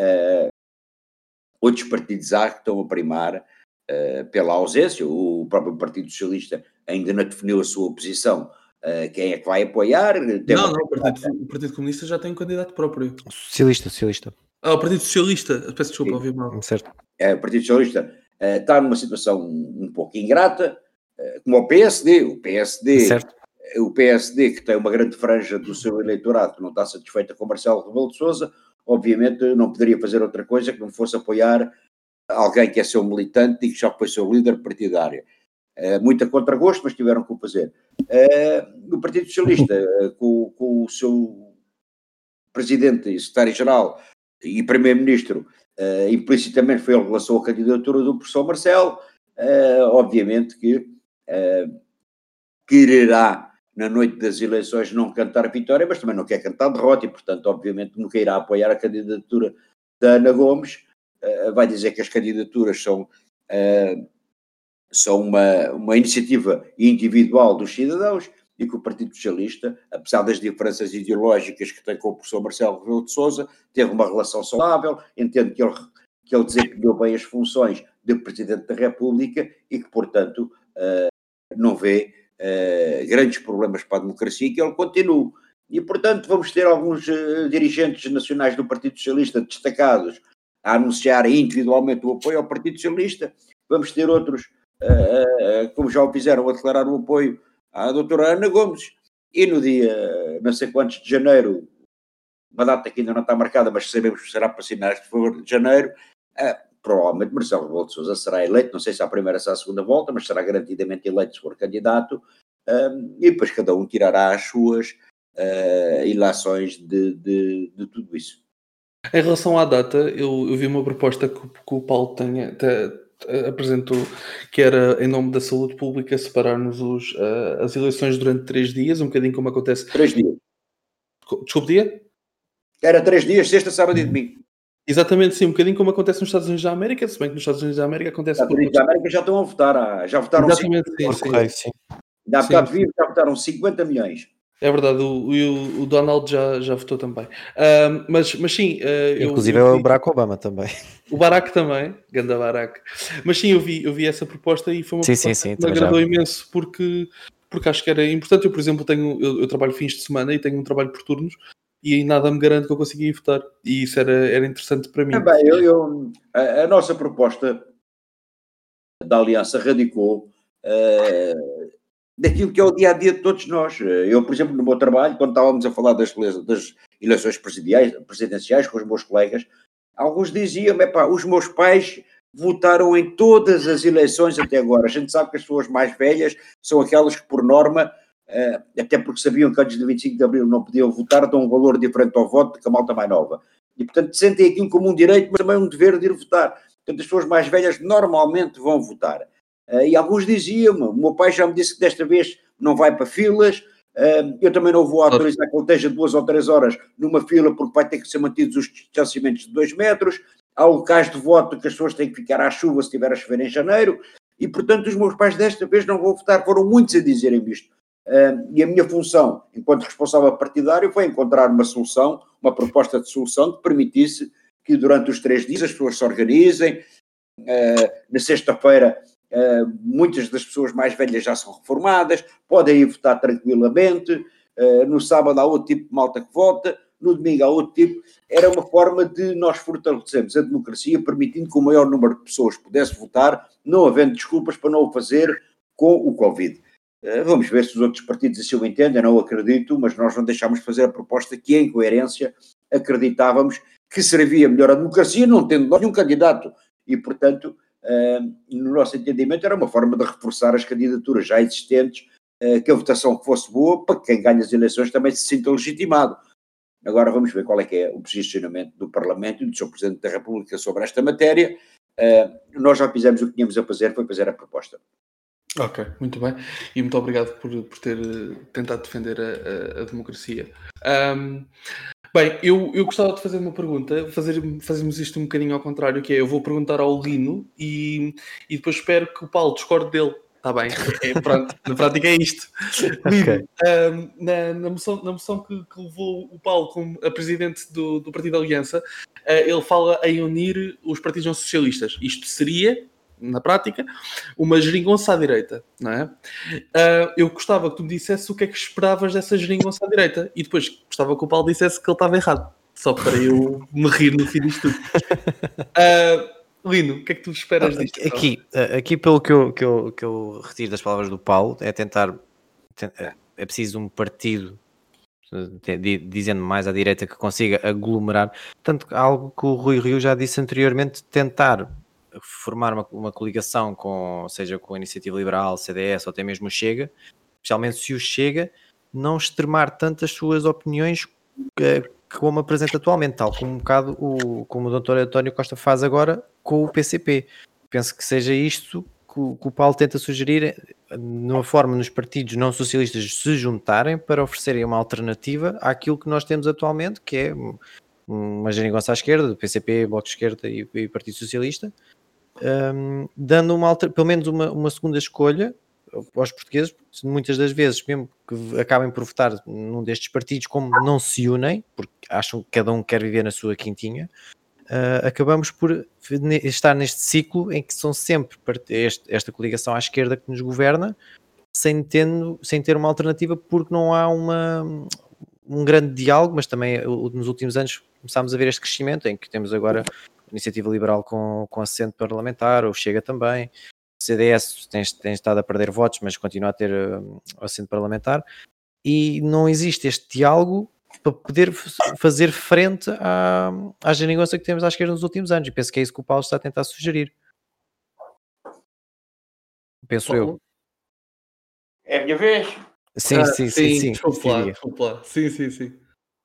Speaker 2: outros partidos há que estão a primar pela ausência. O próprio Partido Socialista ainda não definiu a sua posição. Quem é que vai apoiar?
Speaker 1: O Partido Comunista já tem um candidato próprio.
Speaker 4: Socialista.
Speaker 1: O Partido Socialista, peço desculpa, ouvi mal.
Speaker 4: Certo.
Speaker 2: O Partido Socialista está numa situação um pouco ingrata, como o PSD. O PSD, que tem uma grande franja do seu eleitorado que não está satisfeita com Marcelo Rebelo de Sousa, obviamente não poderia fazer outra coisa que não fosse apoiar alguém que é seu militante e que já foi seu líder partidário. Muito a contragosto, mas tiveram que o fazer. O Partido Socialista, com o seu presidente e secretário-geral e primeiro-ministro, implicitamente foi ele que lançou a candidatura do professor Marcelo, obviamente que quererá, na noite das eleições, não cantar vitória, mas também não quer cantar derrota e, portanto, obviamente, nunca irá apoiar a candidatura da Ana Gomes. Vai dizer que as candidaturas são uma iniciativa individual dos cidadãos e que o Partido Socialista, apesar das diferenças ideológicas que tem com o professor Marcelo Rebelo de Sousa, teve uma relação saudável, entende que ele desempenhou bem as funções de Presidente da República e que, portanto, não vê grandes problemas para a democracia e que ele continue. E, portanto, vamos ter alguns dirigentes nacionais do Partido Socialista destacados a anunciarem individualmente o apoio ao Partido Socialista. Vamos ter outros, como já o fizeram, a declarar o apoio à doutora Ana Gomes. E no dia, não sei quantos de janeiro, uma data que ainda não está marcada, mas sabemos que será para assinar este favor de janeiro, provavelmente Marcelo Rebelo de Sousa será eleito, não sei se à primeira ou se à segunda volta, mas será garantidamente eleito se for candidato, e depois cada um tirará as suas ilações de tudo isso.
Speaker 1: Em relação à data, eu vi uma proposta que o Paulo apresentou, que era, em nome da saúde pública, separarmos as eleições durante 3 dias, um bocadinho como acontece...
Speaker 2: 3 dias.
Speaker 1: Desculpe, dia?
Speaker 2: Era 3 dias, sexta, sábado e domingo.
Speaker 1: Exatamente, sim, um bocadinho como acontece nos Estados Unidos da América, se bem que nos Estados Unidos da América acontece...
Speaker 2: Os Estados Unidos da América já estão a votar, já votaram...
Speaker 1: Exatamente, sim.
Speaker 2: Na bocado vivo já votaram 50 milhões.
Speaker 1: É verdade, o Donald já votou também. Mas sim...
Speaker 4: Inclusive é o Barack Obama também.
Speaker 1: O Barack também, ganda Barack. Mas sim, eu vi essa proposta e foi uma proposta que me agradou imenso, porque acho que era importante. Eu, por exemplo, eu trabalho fins de semana e tenho um trabalho por turnos e nada me garante que eu conseguia ir votar. E isso era interessante para mim.
Speaker 2: A nossa proposta da Aliança radicou daquilo que é o dia-a-dia de todos nós. Eu, por exemplo, no meu trabalho, quando estávamos a falar das eleições presidenciais com os meus colegas, alguns diziam-me, os meus pais votaram em todas as eleições até agora. A gente sabe que as pessoas mais velhas são aquelas que, por norma, até porque sabiam que antes de 25 de Abril não podiam votar, dão um valor diferente ao voto do que a malta mais nova. E, portanto, sentem aquilo como um direito, mas também um dever de ir votar. Portanto, as pessoas mais velhas normalmente vão votar. E alguns diziam-me, o meu pai já me disse que desta vez não vai para filas, eu também não vou autorizar que ele esteja 2 ou 3 horas numa fila porque vai ter que ser mantidos os distanciamentos de 2 metros, há locais de voto que as pessoas têm que ficar à chuva se estiver a chover em janeiro, e portanto os meus pais desta vez não vão votar, foram muitos a dizerem isto. E a minha função, enquanto responsável partidário, foi encontrar uma solução, uma proposta de solução que permitisse que durante os 3 dias as pessoas se organizem. Na sexta-feira muitas das pessoas mais velhas já são reformadas, podem ir votar tranquilamente, no sábado há outro tipo de malta que vota, no domingo há outro tipo. Era uma forma de nós fortalecermos a democracia, permitindo que o maior número de pessoas pudesse votar, não havendo desculpas para não o fazer com o Covid. Vamos ver se os outros partidos assim o entendem, não acredito, mas nós não deixámos de fazer a proposta que, em coerência, acreditávamos que servia melhor a democracia, não tendo nós nenhum candidato. E, portanto, no nosso entendimento, era uma forma de reforçar as candidaturas já existentes, que a votação fosse boa, para que quem ganha as eleições também se sinta legitimado. Agora vamos ver qual é que é o posicionamento do Parlamento e do Sr. Presidente da República sobre esta matéria. Nós já fizemos o que tínhamos a fazer, foi fazer a proposta.
Speaker 1: Ok, muito bem. E muito obrigado por ter tentado defender a democracia. Bem, eu gostava de fazer uma pergunta, fazermos isto um bocadinho ao contrário, que é, eu vou perguntar ao Lino e depois espero que o Paulo discorde dele. Está bem, pronto, na prática é isto. Lino, na moção que levou o Paulo como a presidente do Partido Aliança, ele fala em unir os partidos não socialistas. Isto seria, na prática, uma geringonça à direita, não é? Eu gostava que tu me dissesse o que é que esperavas dessa geringonça à direita e depois gostava que o Paulo dissesse que ele estava errado, só para eu me rir no fim disto tudo. Lino, o que é que tu esperas disto?
Speaker 4: Aqui pelo que eu retiro das palavras do Paulo, é é preciso um partido, dizendo mais à direita, que consiga aglomerar, tanto algo que o Rui Rio já disse anteriormente, tentar formar uma coligação seja com a Iniciativa Liberal, CDS ou até mesmo o Chega, especialmente se o Chega não extremar tanto as suas opiniões como apresenta atualmente, tal como um bocado como o Dr. António Costa faz agora com o PCP. Penso que seja isto que o Paulo tenta sugerir, numa forma nos partidos não socialistas se juntarem para oferecerem uma alternativa àquilo que nós temos atualmente, que é uma geringonça à esquerda, do PCP, Bloco de Esquerda e Partido Socialista, dando pelo menos uma segunda escolha aos portugueses, muitas das vezes, mesmo que acabem por votar num destes partidos, como não se unem, porque acham que cada um quer viver na sua quintinha, acabamos por estar neste ciclo em que são sempre esta coligação à esquerda que nos governa, sem ter uma alternativa, porque não há um grande diálogo, mas também nos últimos anos começámos a ver este crescimento, em que temos agora a Iniciativa Liberal com assento parlamentar, ou Chega também, o CDS tem estado a perder votos, mas continua a ter assento parlamentar, e não existe este diálogo para poder fazer frente à geringonça que temos à esquerda nos últimos anos, e penso que é isso que o Paulo está a tentar sugerir. Penso eu.
Speaker 2: É a minha vez?
Speaker 4: Sim.
Speaker 1: Desculpa lá. Sim.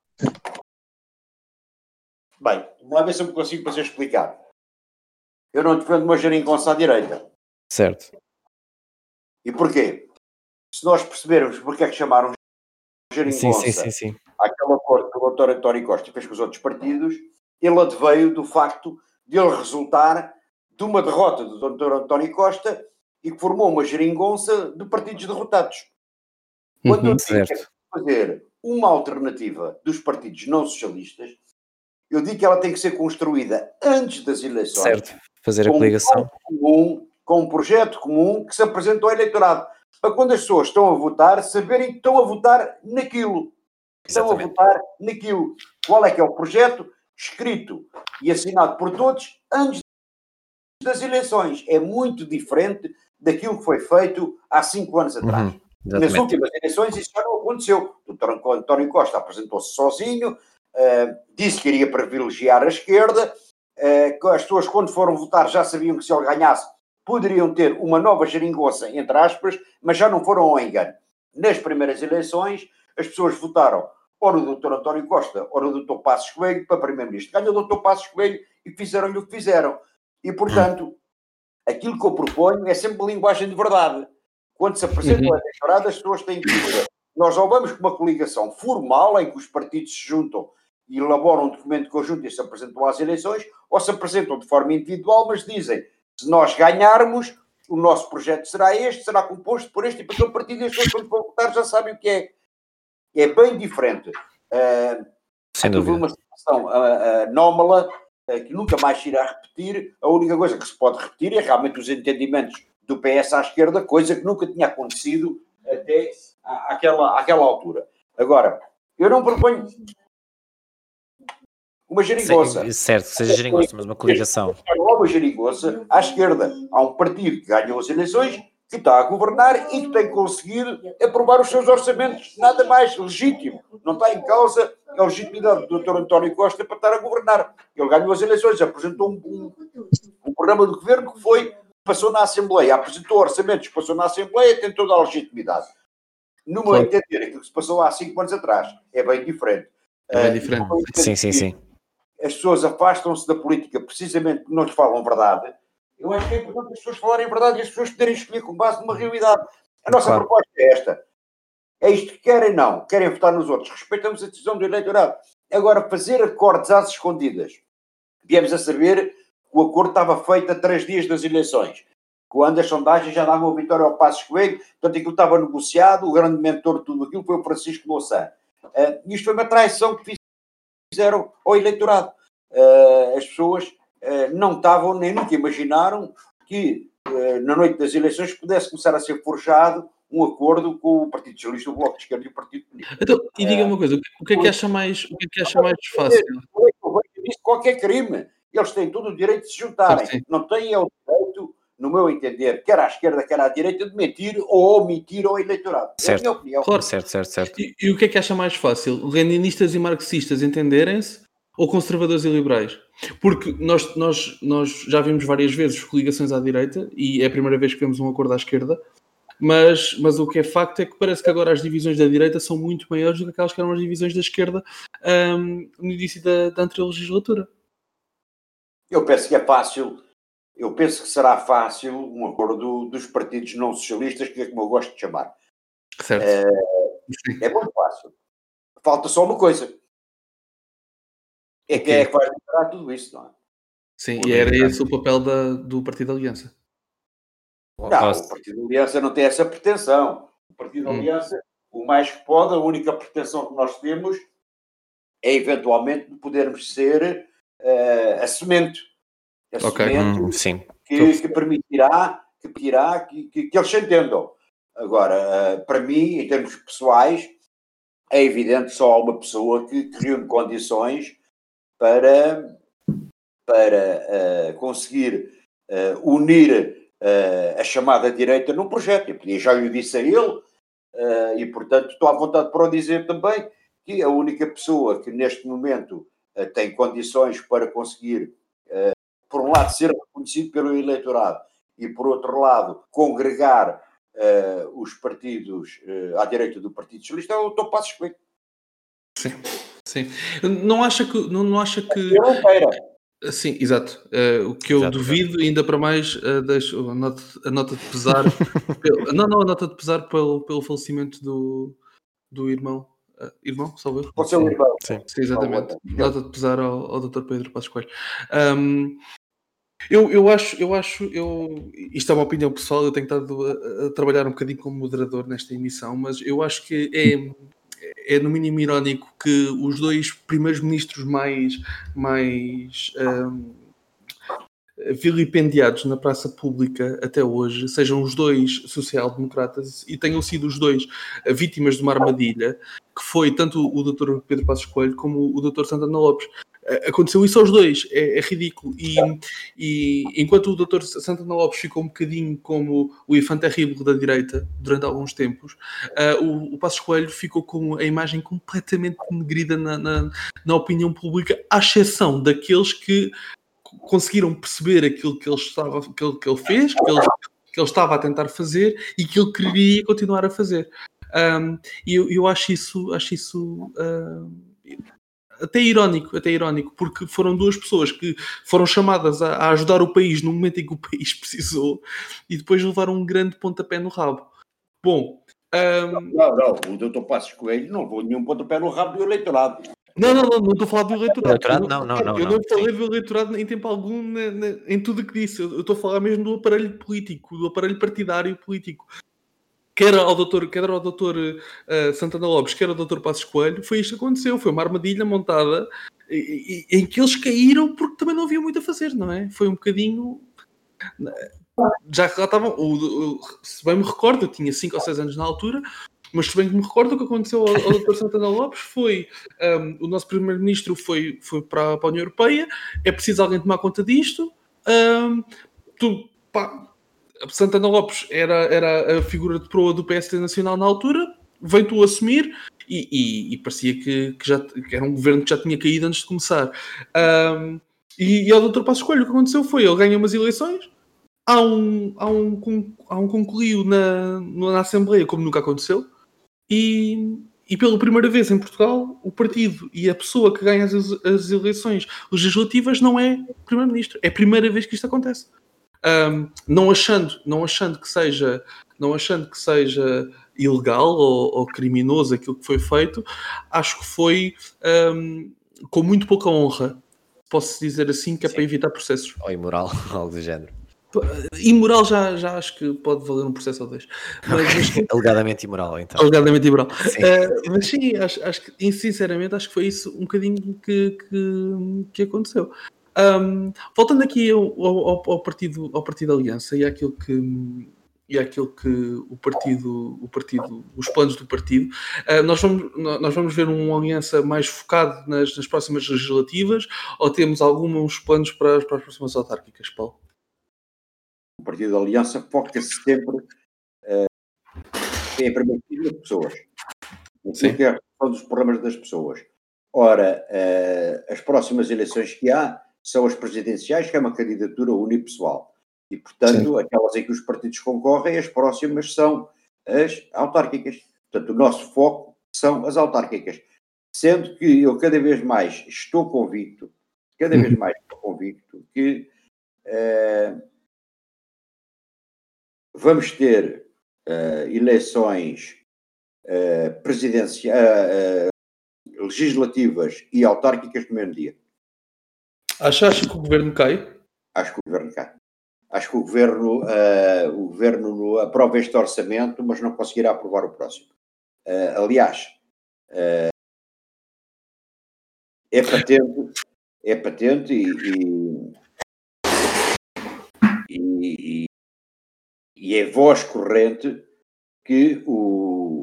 Speaker 2: Bem, vamos lá ver se eu me consigo fazer explicar. Eu não defendo uma geringonça à direita.
Speaker 4: Certo.
Speaker 2: E porquê? Se nós percebermos porque é que chamaram geringonça àquele acordo que o Dr. António Costa fez com os outros partidos, ele adveio do facto de ele resultar de uma derrota do Dr. António Costa e que formou uma geringonça de partidos derrotados. Quando eu digo que é fazer uma alternativa dos partidos não socialistas, eu digo que ela tem que ser construída antes das eleições.
Speaker 4: Certo, fazer a coligação.
Speaker 2: Com um projeto comum que se apresenta ao eleitorado. Para quando as pessoas estão a votar, saberem que estão a votar naquilo. Estão a votar naquilo. Qual é que é o projeto? Escrito e assinado por todos antes das eleições. É muito diferente daquilo que foi feito há 5 anos atrás. Nas últimas eleições isso já não aconteceu. O Dr. António Costa apresentou-se sozinho, disse que iria privilegiar a esquerda, que as pessoas quando foram votar já sabiam que se ele ganhasse poderiam ter uma nova geringonça, entre aspas, mas já não foram ao engano. Nas primeiras eleições as pessoas votaram ou no Dr. António Costa ou no Dr. Passos Coelho para Primeiro-Ministro. Ganhou o Dr. Passos Coelho e fizeram-lhe o que fizeram. E, portanto, aquilo que eu proponho é sempre linguagem de verdade. Quando se apresenta o eleitorado, as pessoas têm que dizer. Nós ou vamos com uma coligação formal, em que os partidos se juntam e elaboram um documento conjunto e se apresentam às eleições, ou se apresentam de forma individual, mas dizem, se nós ganharmos, o nosso projeto será este, será composto por este e por aquele partido, e as pessoas quando vão votar já sabem o que é. É bem diferente.
Speaker 4: Sem dúvida.
Speaker 2: Uma situação anómala que nunca mais se irá repetir. A única coisa que se pode repetir é realmente os entendimentos do PS à esquerda, coisa que nunca tinha acontecido até àquela altura. Agora, eu não proponho uma geringonça.
Speaker 4: Certo, que seja geringonça, mas uma coligação.
Speaker 2: Uma geringonça à esquerda. Há um partido que ganhou as eleições, que está a governar e que tem conseguido aprovar os seus orçamentos. Nada mais legítimo. Não está em causa a legitimidade do Dr. António Costa para estar a governar. Ele ganhou as eleições, apresentou um programa do governo que passou na Assembleia, apresentou orçamentos, passou na Assembleia, tem toda a legitimidade. No meu entender, aquilo que se passou há 5 anos atrás é bem diferente.
Speaker 1: É bem diferente.
Speaker 4: Sim.
Speaker 2: As pessoas afastam-se da política precisamente porque não lhes falam verdade. Eu acho que é importante as pessoas falarem verdade e as pessoas poderem escolher com base numa realidade. A nossa proposta é esta. É isto que querem, não. Querem votar nos outros. Respeitamos a decisão do eleitorado. Agora, fazer acordos às escondidas. Viemos a saber que o acordo estava feito a 3 dias das eleições. Quando as sondagens já davam a vitória ao Passos Coelho, portanto aquilo estava negociado, o grande mentor de tudo aquilo foi o Francisco Louçã. Isto foi uma traição que fizeram ao eleitorado. As pessoas não estavam, nem nunca imaginaram que na noite das eleições pudesse começar a ser forjado um acordo com o Partido Socialista, o Bloco de Esquerda e o Partido Comunista.
Speaker 1: Então, e diga uma coisa, o que é que acha mais fácil?
Speaker 2: Qualquer crime, eles têm todo o direito de se juntarem. Não têm o direito, no meu entender, quer à esquerda, quer à direita, de mentir ou omitir ao eleitorado.
Speaker 4: Certo.
Speaker 2: É a minha opinião.
Speaker 1: Claro.
Speaker 4: Certo.
Speaker 1: E o que é que acha mais fácil? Leninistas e marxistas entenderem-se ou conservadores e liberais? Porque nós já vimos várias vezes coligações à direita e é a primeira vez que vemos um acordo à esquerda, mas o que é facto é que parece que agora as divisões da direita são muito maiores do que aquelas que eram as divisões da esquerda no início da anterior legislatura.
Speaker 2: Eu penso que é fácil. Eu penso que será fácil um acordo dos partidos não socialistas, que é como eu gosto de chamar.
Speaker 1: Certo.
Speaker 2: É muito fácil. Falta só uma coisa. Quem é que vai liderar tudo isso, não é?
Speaker 1: Sim, e era esse o papel do Partido Aliança.
Speaker 2: Não, o Partido Aliança não tem essa pretensão. O Partido Aliança, o mais que pode, a única pretensão que nós temos é eventualmente de podermos ser a semente.
Speaker 4: Sim.
Speaker 2: Que permitirá que eles se entendam. Agora, para mim, em termos pessoais, é evidente só há uma pessoa que reúne condições para conseguir unir a chamada direita num projeto. Eu já lhe disse a ele, e portanto estou à vontade para o dizer também, que a única pessoa que neste momento tem condições para conseguir por um lado, ser reconhecido pelo eleitorado e, por outro lado, congregar os partidos à direita do Partido Socialista, é o Dr. Passos Coelho.
Speaker 1: Sim. Não acha que...
Speaker 2: Eu não quero.
Speaker 1: Sim, exato. O que eu duvido, ainda para mais, deixo a nota de pesar... a nota de pesar pelo falecimento do irmão. Irmão, salve eu?
Speaker 2: Pode ser o irmão.
Speaker 1: Sim, exatamente. Nota de pesar ao Dr. Pedro Passos Coelho. Eu acho, isto é uma opinião pessoal, eu tenho estado a trabalhar um bocadinho como moderador nesta emissão, mas eu acho que é no mínimo irónico que os dois primeiros ministros mais vilipendiados na praça pública até hoje sejam os dois social-democratas e tenham sido os dois vítimas de uma armadilha que foi tanto o Dr. Pedro Passos Coelho como o Dr. Santana Lopes. Aconteceu isso aos dois, é ridículo. E enquanto o Dr. Santana Lopes ficou um bocadinho como o infante terrível da direita durante alguns tempos, o Passos Coelho ficou com a imagem completamente negrida na opinião pública, à exceção daqueles que conseguiram perceber aquilo que ele fez, que ele estava a tentar fazer e que ele queria continuar a fazer. E eu acho isso até irónico, porque foram duas pessoas que foram chamadas a ajudar o país no momento em que o país precisou e depois levaram um grande pontapé no rabo. Bom...
Speaker 2: Não, o Dr. Passos Coelho não levou nenhum pontapé no rabo do eleitorado.
Speaker 1: Não estou a falar do eleitorado.
Speaker 4: Não.
Speaker 1: Eu não falei do eleitorado em tempo algum em tudo o que disse. Eu estou a falar mesmo do aparelho político, do aparelho partidário político. Quer ao doutor Santana Lopes, quer ao doutor Passos Coelho, foi isto que aconteceu. Foi uma armadilha montada em que eles caíram porque também não havia muito a fazer, não é? Foi um bocadinho... Já que lá estavam... Se bem me recordo, eu tinha 5 ou 6 anos na altura, mas se bem que me recordo, o que aconteceu ao Dr. Santana Lopes foi... o nosso primeiro-ministro foi para a União Europeia, é preciso alguém tomar conta disto. Santana Lopes era a figura de proa do PSD Nacional na altura, veio tu assumir e parecia que era um governo que já tinha caído antes de começar. E ao Dr. Passos Coelho o que aconteceu foi, ele ganha umas eleições, há um concluio na Assembleia como nunca aconteceu e pela primeira vez em Portugal o partido e a pessoa que ganha as eleições legislativas não é primeiro-ministro. É a primeira vez que isto acontece. Não achando que seja ilegal ou criminoso aquilo que foi feito, acho que foi com muito pouca honra, posso dizer assim, que é para evitar processos.
Speaker 4: Ou imoral, algo do género.
Speaker 1: Imoral já acho que pode valer um processo ou dois. Mas
Speaker 4: alegadamente imoral, então.
Speaker 1: Alegadamente imoral.
Speaker 4: Sim.
Speaker 1: Mas sim, acho que, sinceramente, acho que foi isso um bocadinho que aconteceu. Voltando aqui ao partido Aliança e àquilo que o partido, os planos do partido, nós vamos ver uma aliança mais focado nas próximas legislativas ou temos alguns planos para as próximas autárquicas, Paulo?
Speaker 2: O Partido da Aliança foca-se sempre em primeiro lugar nas pessoas. Sim. Que é a resolução dos problemas das pessoas. Ora, as próximas eleições que há são as presidenciais, que é uma candidatura unipessoal. E, portanto, sim, aquelas em que os partidos concorrem, as próximas são as autárquicas. Portanto, o nosso foco são as autárquicas. Sendo que eu cada vez mais estou convicto que vamos ter eleições legislativas e autárquicas no mesmo dia.
Speaker 1: Achas que o governo cai?
Speaker 2: Acho que o governo cai. Acho que o governo aprova este orçamento, mas não conseguirá aprovar o próximo. Aliás, é patente e é voz corrente que o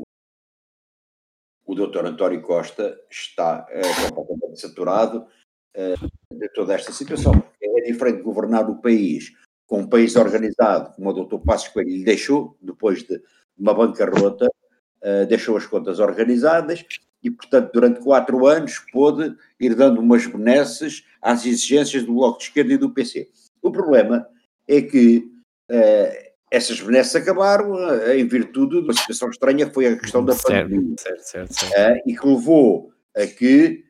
Speaker 2: Dr. António Costa está completamente saturado de toda esta situação. É diferente de governar o país com um país organizado, como o Dr. Passos Coelho lhe deixou, depois de uma bancarrota, deixou as contas organizadas e, portanto, durante 4 anos pôde ir dando umas benesses às exigências do Bloco de Esquerda e do PC. O problema é que essas benesses acabaram em virtude de uma situação estranha, que foi a questão da pandemia.
Speaker 4: Certo.
Speaker 2: E que levou a que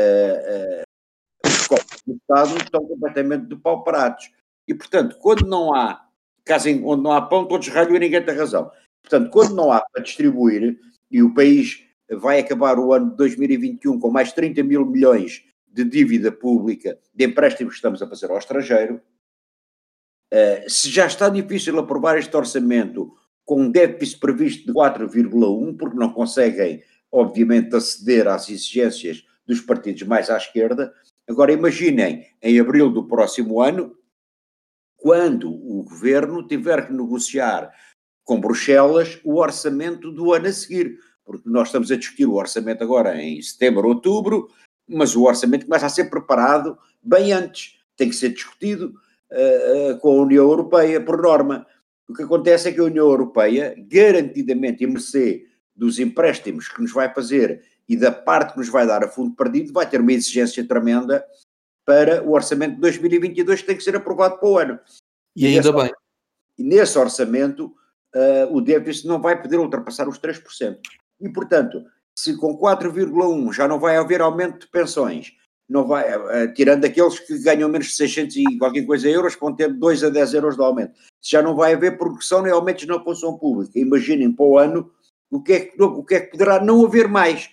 Speaker 2: os cofres do Estado estão completamente depauperados. E, portanto, quando não há, onde não há pão, todos ralham e ninguém tem razão. Portanto, quando não há para distribuir, e o país vai acabar o ano de 2021 com mais 30 mil milhões de dívida pública, de empréstimos que estamos a fazer ao estrangeiro, se já está difícil aprovar este orçamento com um déficit previsto de 4,1, porque não conseguem, obviamente, aceder às exigências dos partidos mais à esquerda, agora imaginem, em abril do próximo ano, quando o governo tiver que negociar com Bruxelas o orçamento do ano a seguir, porque nós estamos a discutir o orçamento agora em setembro, outubro, mas o orçamento começa a ser preparado bem antes, tem que ser discutido com a União Europeia por norma. O que acontece é que a União Europeia, garantidamente, em mercê dos empréstimos que nos vai fazer e da parte que nos vai dar a fundo perdido, vai ter uma exigência tremenda para o orçamento de 2022 que tem que ser aprovado para o ano.
Speaker 1: E ainda bem.
Speaker 2: E nesse orçamento, o déficit não vai poder ultrapassar os 3%. E, portanto, se com 4,1 já não vai haver aumento de pensões, não vai, tirando aqueles que ganham menos de 600 e qualquer coisa euros, que vão ter 2 a 10 euros de aumento. Se já não vai haver progressão nem aumentos na função pública, imaginem para o ano o que é que poderá não haver mais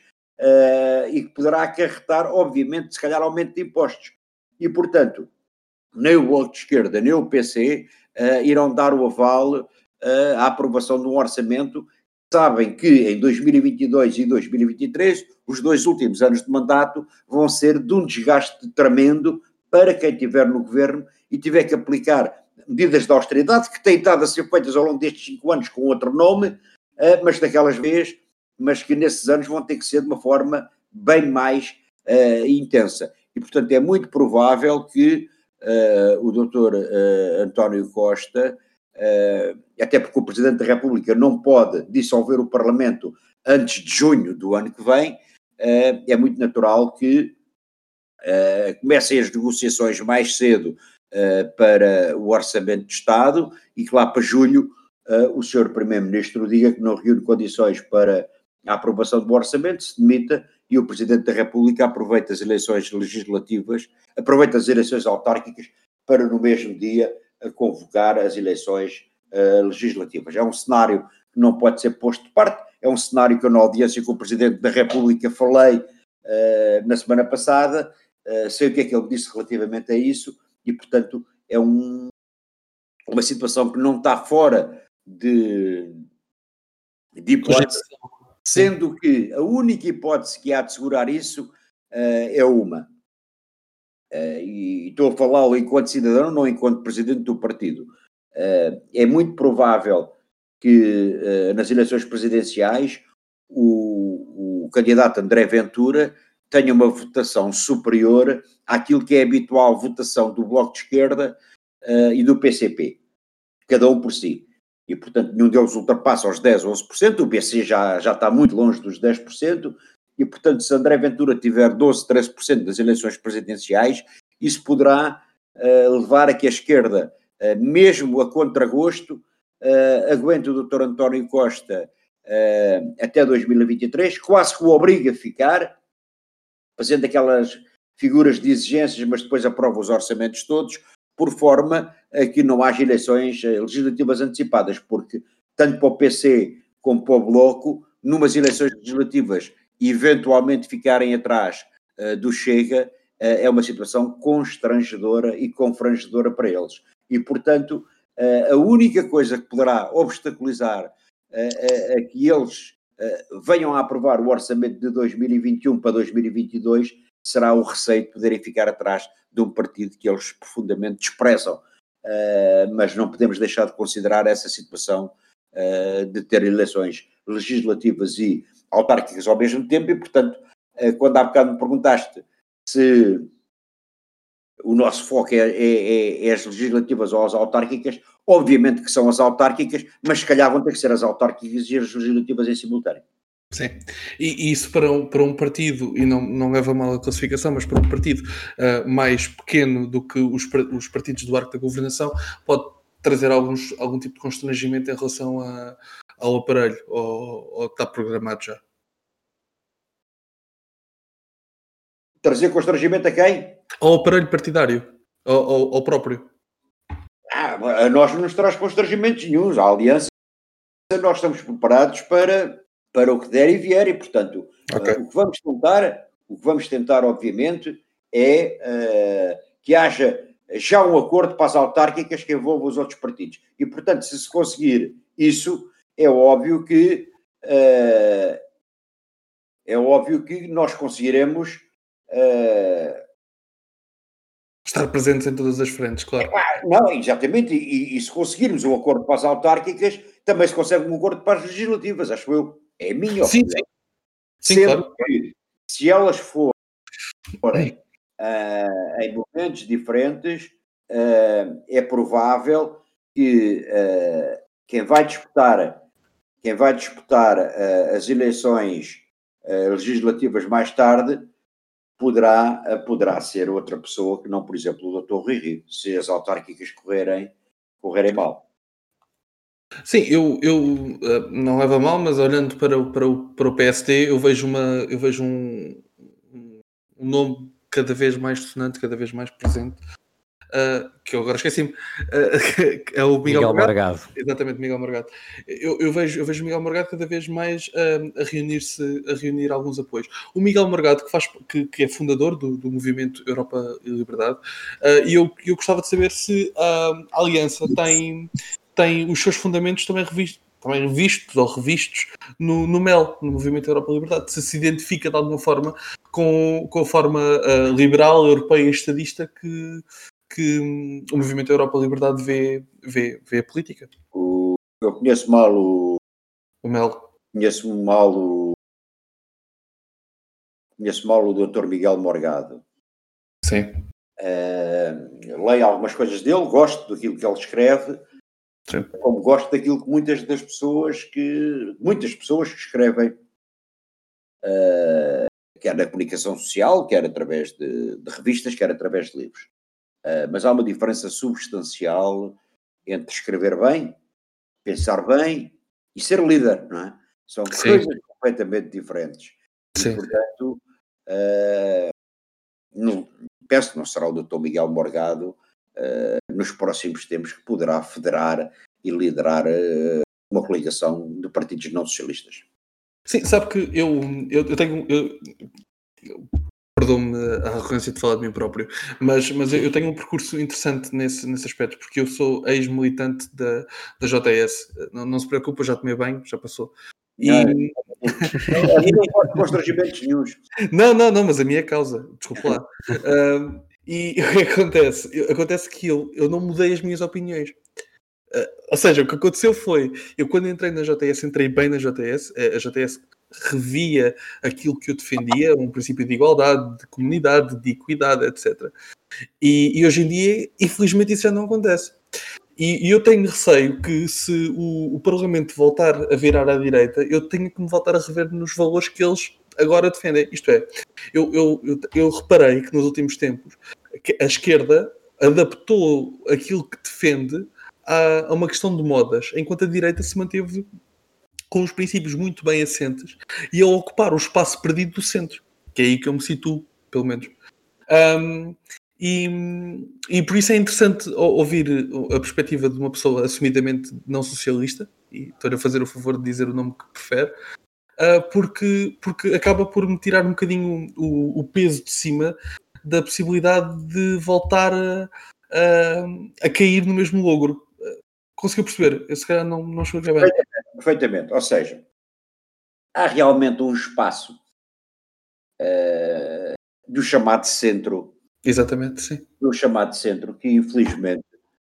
Speaker 2: e que poderá acarretar, obviamente, se calhar aumento de impostos. E, portanto, nem o Bloco de Esquerda, nem o PC irão dar o aval à aprovação de um orçamento. Sabem que em 2022 e 2023, os 2 últimos anos de mandato vão ser de um desgaste tremendo para quem estiver no governo e tiver que aplicar medidas de austeridade que têm estado a ser feitas ao longo destes 5 anos com outro nome, mas daquelas vezes, mas que nesses anos vão ter que ser de uma forma bem mais intensa. E, portanto, é muito provável que o Dr. António Costa, até porque o Presidente da República não pode dissolver o Parlamento antes de junho do ano que vem, é muito natural que comecem as negociações mais cedo para o Orçamento de Estado e que lá para julho o Sr. Primeiro-Ministro diga que não reúne condições para a aprovação do Orçamento, se demita e o Presidente da República aproveita as eleições legislativas, aproveita as eleições autárquicas para no mesmo dia convocar as eleições legislativas. É um cenário que não pode ser posto de parte, é um cenário que eu na audiência com o Presidente da República falei na semana passada, sei o que é que ele disse relativamente a isso e, portanto, é uma situação que não está fora de hipótese, sendo que a única hipótese que há de segurar isso é uma. E estou a falá-lo enquanto cidadão, não enquanto presidente do partido. É muito provável que nas eleições presidenciais o candidato André Ventura tenha uma votação superior àquilo que é a habitual votação do Bloco de Esquerda e do PCP, cada um por si. E, portanto, nenhum deles ultrapassa os 10% ou 11%, o PC já está muito longe dos 10%, e, portanto, se André Ventura tiver 12%, 13% das eleições presidenciais, isso poderá levar a que a esquerda, mesmo a contragosto, aguente o Dr. António Costa até 2023, quase que o obriga a ficar, fazendo aquelas figuras de exigências, mas depois aprova os orçamentos todos, por forma a que não haja eleições legislativas antecipadas, porque tanto para o PC como para o Bloco, numas eleições legislativas, eventualmente ficarem atrás do Chega, é uma situação constrangedora e confrangedora para eles. E, portanto, a única coisa que poderá obstaculizar a que eles venham a aprovar o orçamento de 2021 para 2022 será o receio de poderem ficar atrás de um partido que eles profundamente desprezam. Mas não podemos deixar de considerar essa situação de ter eleições legislativas e autárquicas ao mesmo tempo e, portanto, quando há bocado me perguntaste se o nosso foco é as legislativas ou as autárquicas, obviamente que são as autárquicas, mas se calhar vão ter que ser as autárquicas e as legislativas em simultâneo.
Speaker 1: Sim, e isso para um partido, e não leva a mal a classificação, mas para um partido mais pequeno do que os partidos do arco da governação, pode trazer algum tipo de constrangimento em relação ao aparelho, ou está programado já?
Speaker 2: Trazer constrangimento a quem?
Speaker 1: Ao aparelho partidário, ao próprio.
Speaker 2: A nós não nos traz constrangimentos nenhums. A Aliança, nós estamos preparados para o que der e vier, e, portanto,
Speaker 1: Okay.
Speaker 2: o que vamos tentar, obviamente, é que haja já um acordo para as autárquicas que envolvam os outros partidos. E, portanto, se conseguir isso, é óbvio que nós conseguiremos
Speaker 1: Estar presentes em todas as frentes, claro.
Speaker 2: Não, exatamente, e se conseguirmos um acordo para as autárquicas, também se consegue um acordo para as legislativas, acho eu. É a minha opinião.
Speaker 1: Sim, claro.
Speaker 2: Que, se elas forem Porém, em momentos diferentes, é provável que quem vai disputar as eleições legislativas mais tarde poderá ser outra pessoa que não, por exemplo, o Dr. Rui Rio, se as autárquicas correrem mal.
Speaker 1: Sim, eu não leva a mal, mas olhando para o PSD, eu vejo um nome cada vez mais dissonante, cada vez mais presente, que eu agora esqueci-me, é o Miguel Morgado. Exatamente, Miguel Morgado. Eu vejo o Miguel Morgado cada vez mais a reunir alguns apoios. O Miguel Morgado, que é fundador do movimento Europa e Liberdade, e eu gostava de saber se a Aliança tem os seus fundamentos também revistos ou revistos no MEL, no Movimento Europa e Liberdade, se identifica de alguma forma com a forma liberal, europeia e estadista que o Movimento Europa e Liberdade vê a política.
Speaker 2: Eu conheço mal o
Speaker 1: MEL.
Speaker 2: Conheço mal o Dr. Miguel Morgado.
Speaker 1: Sim.
Speaker 2: Leio algumas coisas dele, gosto daquilo que ele escreve,
Speaker 1: Sim.
Speaker 2: como gosto daquilo que muitas pessoas que escrevem, quer na comunicação social, quer através de revistas, quer através de livros. Mas há uma diferença substancial entre escrever bem, pensar bem e ser líder, não é? São coisas completamente diferentes.
Speaker 1: Sim.
Speaker 2: E, portanto, penso que não será o Dr. Miguel Morgado nos próximos tempos que poderá federar e liderar uma coligação de partidos não socialistas.
Speaker 1: Sim, sabe que eu tenho... Perdão-me a arrogância de falar de mim próprio, mas eu tenho um percurso interessante nesse aspecto, porque eu sou ex-militante da JS. Não se preocupe, eu já tomei banho, já passou.
Speaker 2: A mim não pode constrangimentos nenhuns.
Speaker 1: Não, mas a minha é causa, desculpe lá. E o que acontece? Acontece que eu não mudei as minhas opiniões. Ou seja, o que aconteceu foi, eu quando entrei na JS, entrei bem na JS, a JS revia aquilo que eu defendia, um princípio de igualdade, de comunidade, de equidade, etc. E hoje em dia, infelizmente, isso já não acontece. E eu tenho receio que se o Parlamento voltar a virar à direita, eu tenho que me voltar a rever nos valores que eles agora defendem. Isto é, eu reparei que nos últimos tempos que a esquerda adaptou aquilo que defende a uma questão de modas, enquanto a direita se manteve com os princípios muito bem assentes e a ocupar o espaço perdido do centro, que é aí que eu me situo, pelo menos. E por isso é interessante ouvir a perspectiva de uma pessoa assumidamente não socialista, e estou-lhe a fazer o favor de dizer o nome que prefere, porque acaba por me tirar um bocadinho o peso de cima da possibilidade de voltar a cair no mesmo logro. Conseguiu perceber? Eu se calhar não expliquei bem.
Speaker 2: Perfeitamente. Ou seja, há realmente um espaço do chamado centro.
Speaker 1: Exatamente, sim.
Speaker 2: Do chamado centro que infelizmente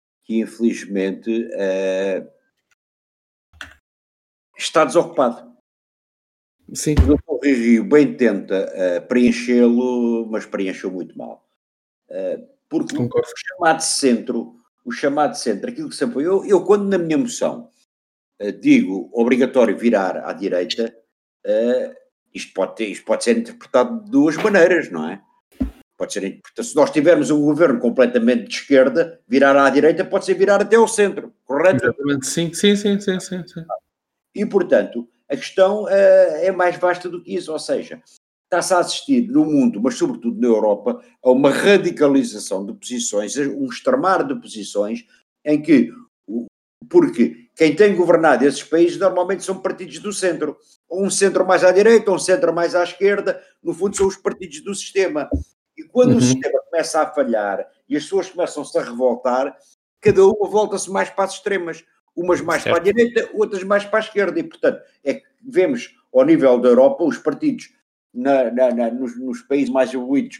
Speaker 2: está desocupado.
Speaker 1: Sim.
Speaker 2: O Dr. Rio bem tenta preenchê-lo, mas preencheu muito mal. Porque
Speaker 1: Concordo.
Speaker 2: o chamado centro, aquilo que sempre foi, eu quando na minha moção digo obrigatório virar à direita, isto pode ser interpretado de duas maneiras, não é? Pode ser interpretado. Se nós tivermos um governo completamente de esquerda, virar à direita pode ser virar até ao centro, correto?
Speaker 1: Exatamente, sim.
Speaker 2: E, portanto, a questão é mais vasta do que isso, ou seja, está-se a assistir no mundo, mas sobretudo na Europa, a uma radicalização de posições, um extremar de posições, em que, porque quem tem governado esses países normalmente são partidos do centro, ou um centro mais à direita, ou um centro mais à esquerda, no fundo são os partidos do sistema. E quando o sistema começa a falhar e as pessoas começam-se a revoltar, cada uma volta-se mais para as extremas. Umas mais para a direita, outras mais para a esquerda. E, portanto, é que vemos, ao nível da Europa, os partidos nos países mais evoluídos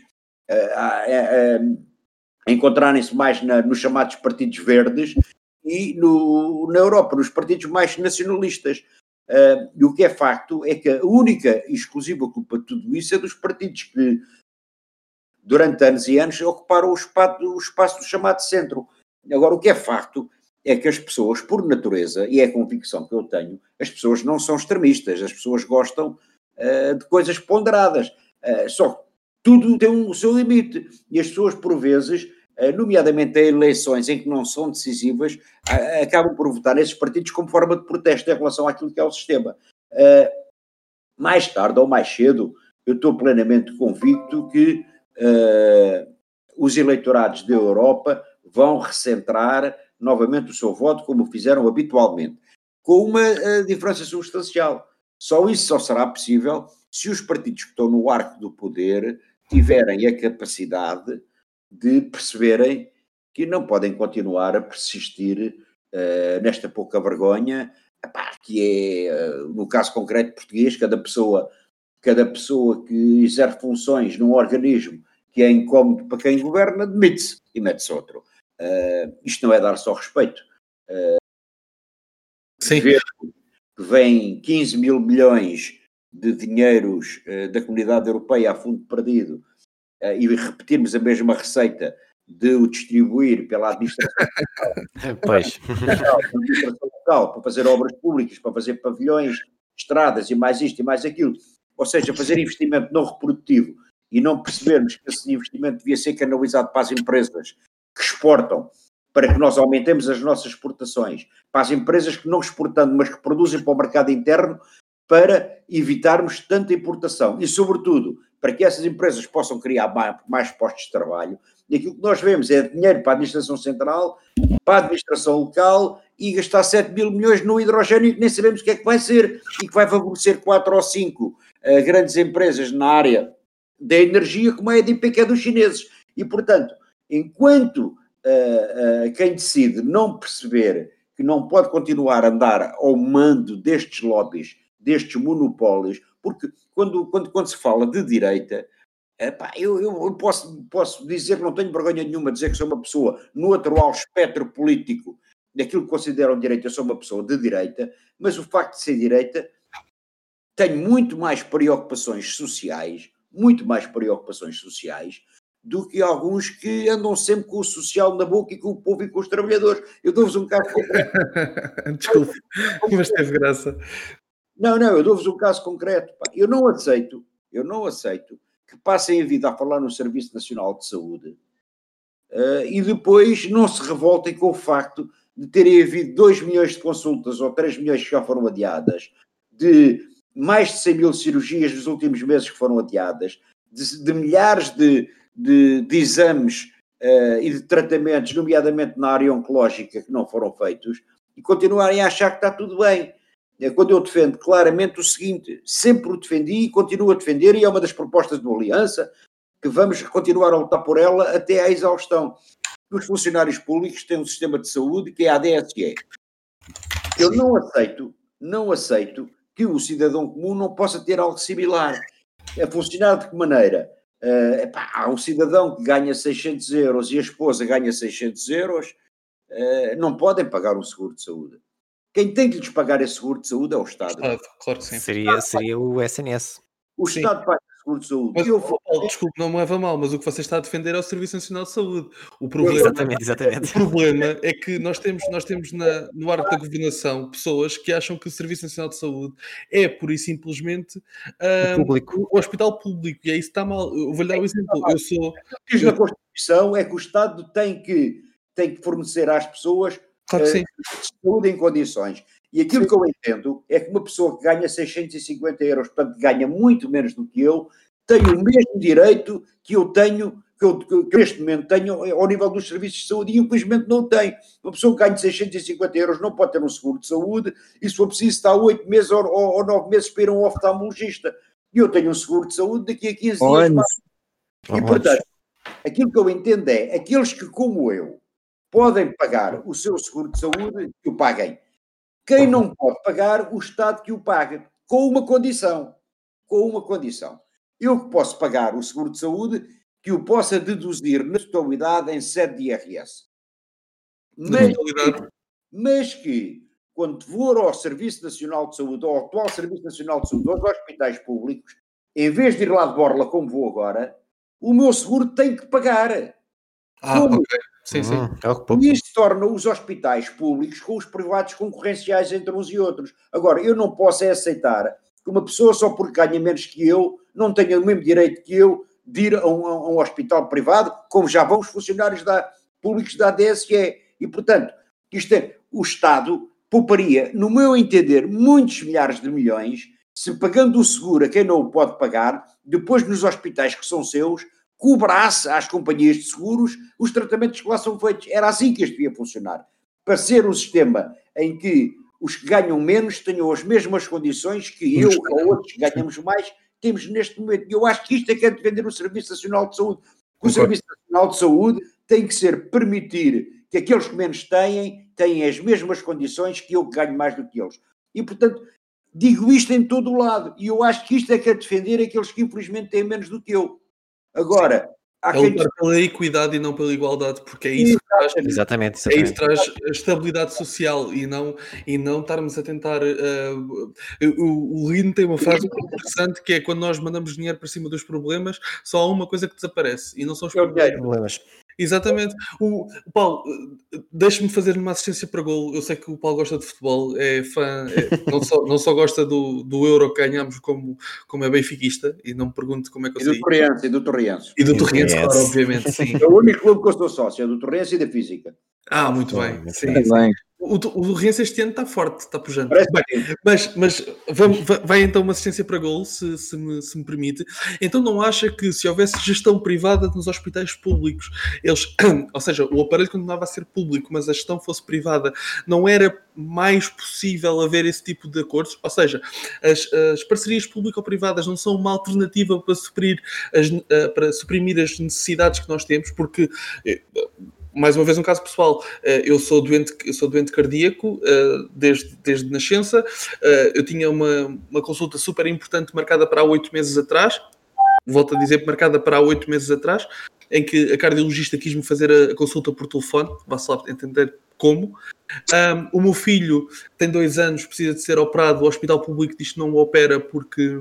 Speaker 2: encontrarem-se mais nos chamados partidos verdes e na Europa, nos partidos mais nacionalistas. E o que é facto é que a única e exclusiva culpa de tudo isso é dos partidos que durante anos e anos, ocuparam o espaço do chamado centro. Agora, o que é facto é que as pessoas, por natureza, e é a convicção que eu tenho, as pessoas não são extremistas, as pessoas gostam de coisas ponderadas. Só que tudo tem o seu limite. E as pessoas, por vezes, nomeadamente em eleições em que não são decisivas, acabam por votar nesses partidos como forma de protesto em relação àquilo que é o sistema. Mais tarde ou mais cedo, eu estou plenamente convicto que os eleitorados da Europa vão recentrar novamente o seu voto como fizeram habitualmente, com uma diferença substancial. Só será possível se os partidos que estão no arco do poder tiverem a capacidade de perceberem que não podem continuar a persistir nesta pouca vergonha, que é, no caso concreto português, cada pessoa que exerce funções num organismo que é incómodo para quem governa, demite-se e mete-se outro. Isto não é dar só respeito.
Speaker 1: Sim.
Speaker 2: Ver que vem 15 mil milhões de dinheiros da Comunidade Europeia a fundo perdido e repetirmos a mesma receita de o distribuir pela administração local para fazer obras públicas, para fazer pavilhões, estradas e mais isto e mais aquilo. Ou seja, fazer investimento não reprodutivo e não percebermos que esse investimento devia ser canalizado para as empresas que exportam, para que nós aumentemos as nossas exportações, para as empresas que não exportando, mas que produzem para o mercado interno, para evitarmos tanta importação e, sobretudo, para que essas empresas possam criar mais postos de trabalho. E aquilo que nós vemos é dinheiro para a administração central, para a administração local e gastar 7 mil milhões no hidrogênio que nem sabemos o que é que vai ser e que vai favorecer 4 ou 5 grandes empresas na área da energia, como é a EDP, que é dos chineses. E, portanto, enquanto quem decide não perceber que não pode continuar a andar ao mando destes lobbies, destes monopólios, porque quando se fala de direita, eu posso dizer que não tenho vergonha nenhuma de dizer que sou uma pessoa no atual espectro político daquilo que consideram direita, eu sou uma pessoa de direita, mas o facto de ser direita tenho muito mais preocupações sociais do que alguns que andam sempre com o social na boca e com o povo e com os trabalhadores. Eu dou-vos um caso concreto.
Speaker 1: Desculpe, mas teve graça.
Speaker 2: Não, eu dou-vos um caso concreto. Eu não aceito que passem a vida a falar no Serviço Nacional de Saúde e depois não se revoltem com o facto de terem havido 2 milhões de consultas ou 3 milhões que já foram adiadas, de mais de 100 mil cirurgias nos últimos meses que foram adiadas, de milhares de exames e de tratamentos, nomeadamente na área oncológica, que não foram feitos, e continuarem a achar que está tudo bem. É quando eu defendo claramente o seguinte, sempre o defendi e continuo a defender, e é uma das propostas do Aliança, que vamos continuar a lutar por ela até à exaustão. Os funcionários públicos têm um sistema de saúde que é a ADSE. Eu não aceito que o cidadão comum não possa ter algo similar. É funcionar de que maneira? Há um cidadão que ganha 600 euros e a esposa ganha 600 euros, não podem pagar um seguro de saúde. Quem tem que lhes pagar esse seguro de saúde é o Estado.
Speaker 1: Claro que sim.
Speaker 4: Seria o SNS.
Speaker 2: O Estado paga o seguro de saúde.
Speaker 1: Mas, desculpe, não me leva mal, mas o que você está a defender é o Serviço Nacional de Saúde. O problema,
Speaker 4: Exatamente.
Speaker 1: O problema é que nós temos no arco da governação pessoas que acham que o Serviço Nacional de Saúde é pura e simplesmente
Speaker 4: Público.
Speaker 1: o hospital público, e aí está mal. Eu vou-lhe dar um exemplo.
Speaker 2: O que diz na Constituição é que o Estado tem que fornecer às pessoas
Speaker 1: Claro que sim.
Speaker 2: saúde em condições. E aquilo que eu entendo é que uma pessoa que ganha 650 euros, portanto ganha muito menos do que eu, tem o mesmo direito que eu tenho, que neste momento tenho ao nível dos serviços de saúde, e infelizmente não tem. Uma pessoa que ganha 650 euros não pode ter um seguro de saúde, e se for preciso está 8 meses ou 9 meses para ir a um oftalmologista. E eu tenho um seguro de saúde daqui a 15 dias mais. E portanto, aquilo que eu entendo é, aqueles que, como eu, podem pagar o seu seguro de saúde, que o paguem. Quem não pode pagar, o Estado que o pague, com uma condição. Eu que posso pagar o seguro de saúde, que o possa deduzir na totalidade em sede de IRS. Mas que, quando for ao Serviço Nacional de Saúde, ou ao atual Serviço Nacional de Saúde, aos hospitais públicos, em vez de ir lá de borla como vou agora, o meu seguro tem que pagar. Como?
Speaker 1: Ok. Sim.
Speaker 2: E isto torna os hospitais públicos com os privados concorrenciais entre uns e outros. Agora, eu não posso aceitar que uma pessoa, só porque ganha menos que eu, não tenha o mesmo direito que eu de ir a um hospital privado, como já vão os funcionários públicos da ADSE. E, portanto, o Estado pouparia, no meu entender, muitos milhares de milhões, se pagando o seguro a quem não o pode pagar, depois nos hospitais que são seus, cobrasse às companhias de seguros os tratamentos que lá são feitos. Era assim que isto devia funcionar. Para ser um sistema em que os que ganham menos tenham as mesmas condições que eu ou outros que ganhamos mais temos neste momento. E eu acho que isto é que é defender o Serviço Nacional de Saúde. O Serviço Nacional de Saúde tem que ser permitir que aqueles que menos têm as mesmas condições que eu que ganho mais do que eles. E, portanto, digo isto em todo o lado. E eu acho que isto é que é defender aqueles que infelizmente têm menos do que eu. Agora,
Speaker 1: há quem lutar pela equidade e não pela igualdade, porque é isso que traz,
Speaker 4: exatamente.
Speaker 1: É isso que traz a estabilidade social e não estarmos a tentar. O Lino tem uma frase muito interessante que é: quando nós mandamos dinheiro para cima dos problemas, só há uma coisa que desaparece e não são os problemas. Exatamente. O Paulo, deixa-me fazer uma assistência para golo. Eu sei que o Paulo gosta de futebol, é fã, não só gosta do Euro que ganhamos como é benfiquista, e não me pergunte como é que eu sei.
Speaker 2: E do Torriense.
Speaker 1: E do Torriense, claro, obviamente, sim.
Speaker 2: É o único clube que eu sou sócio, é do Torriense e da Física.
Speaker 1: Muito bem. Sim. O Torriense este ano está forte, está pujante. Mas vai então uma assistência para golo, se me permite. Então não acha que se houvesse gestão privada nos hospitais públicos, ou seja, o aparelho continuava a ser público, mas a gestão fosse privada, não era mais possível haver esse tipo de acordos? Ou seja, as parcerias público-privadas não são uma alternativa para suprimir as necessidades que nós temos, porque... Mais uma vez um caso pessoal, eu sou doente cardíaco desde nascença, eu tinha uma consulta super importante marcada para há 8 meses atrás, volto a dizer, marcada para há 8 meses atrás, em que a cardiologista quis-me fazer a consulta por telefone, vá-se lá entender como. O meu filho tem 2 anos, precisa de ser operado, o hospital público diz que não o opera porque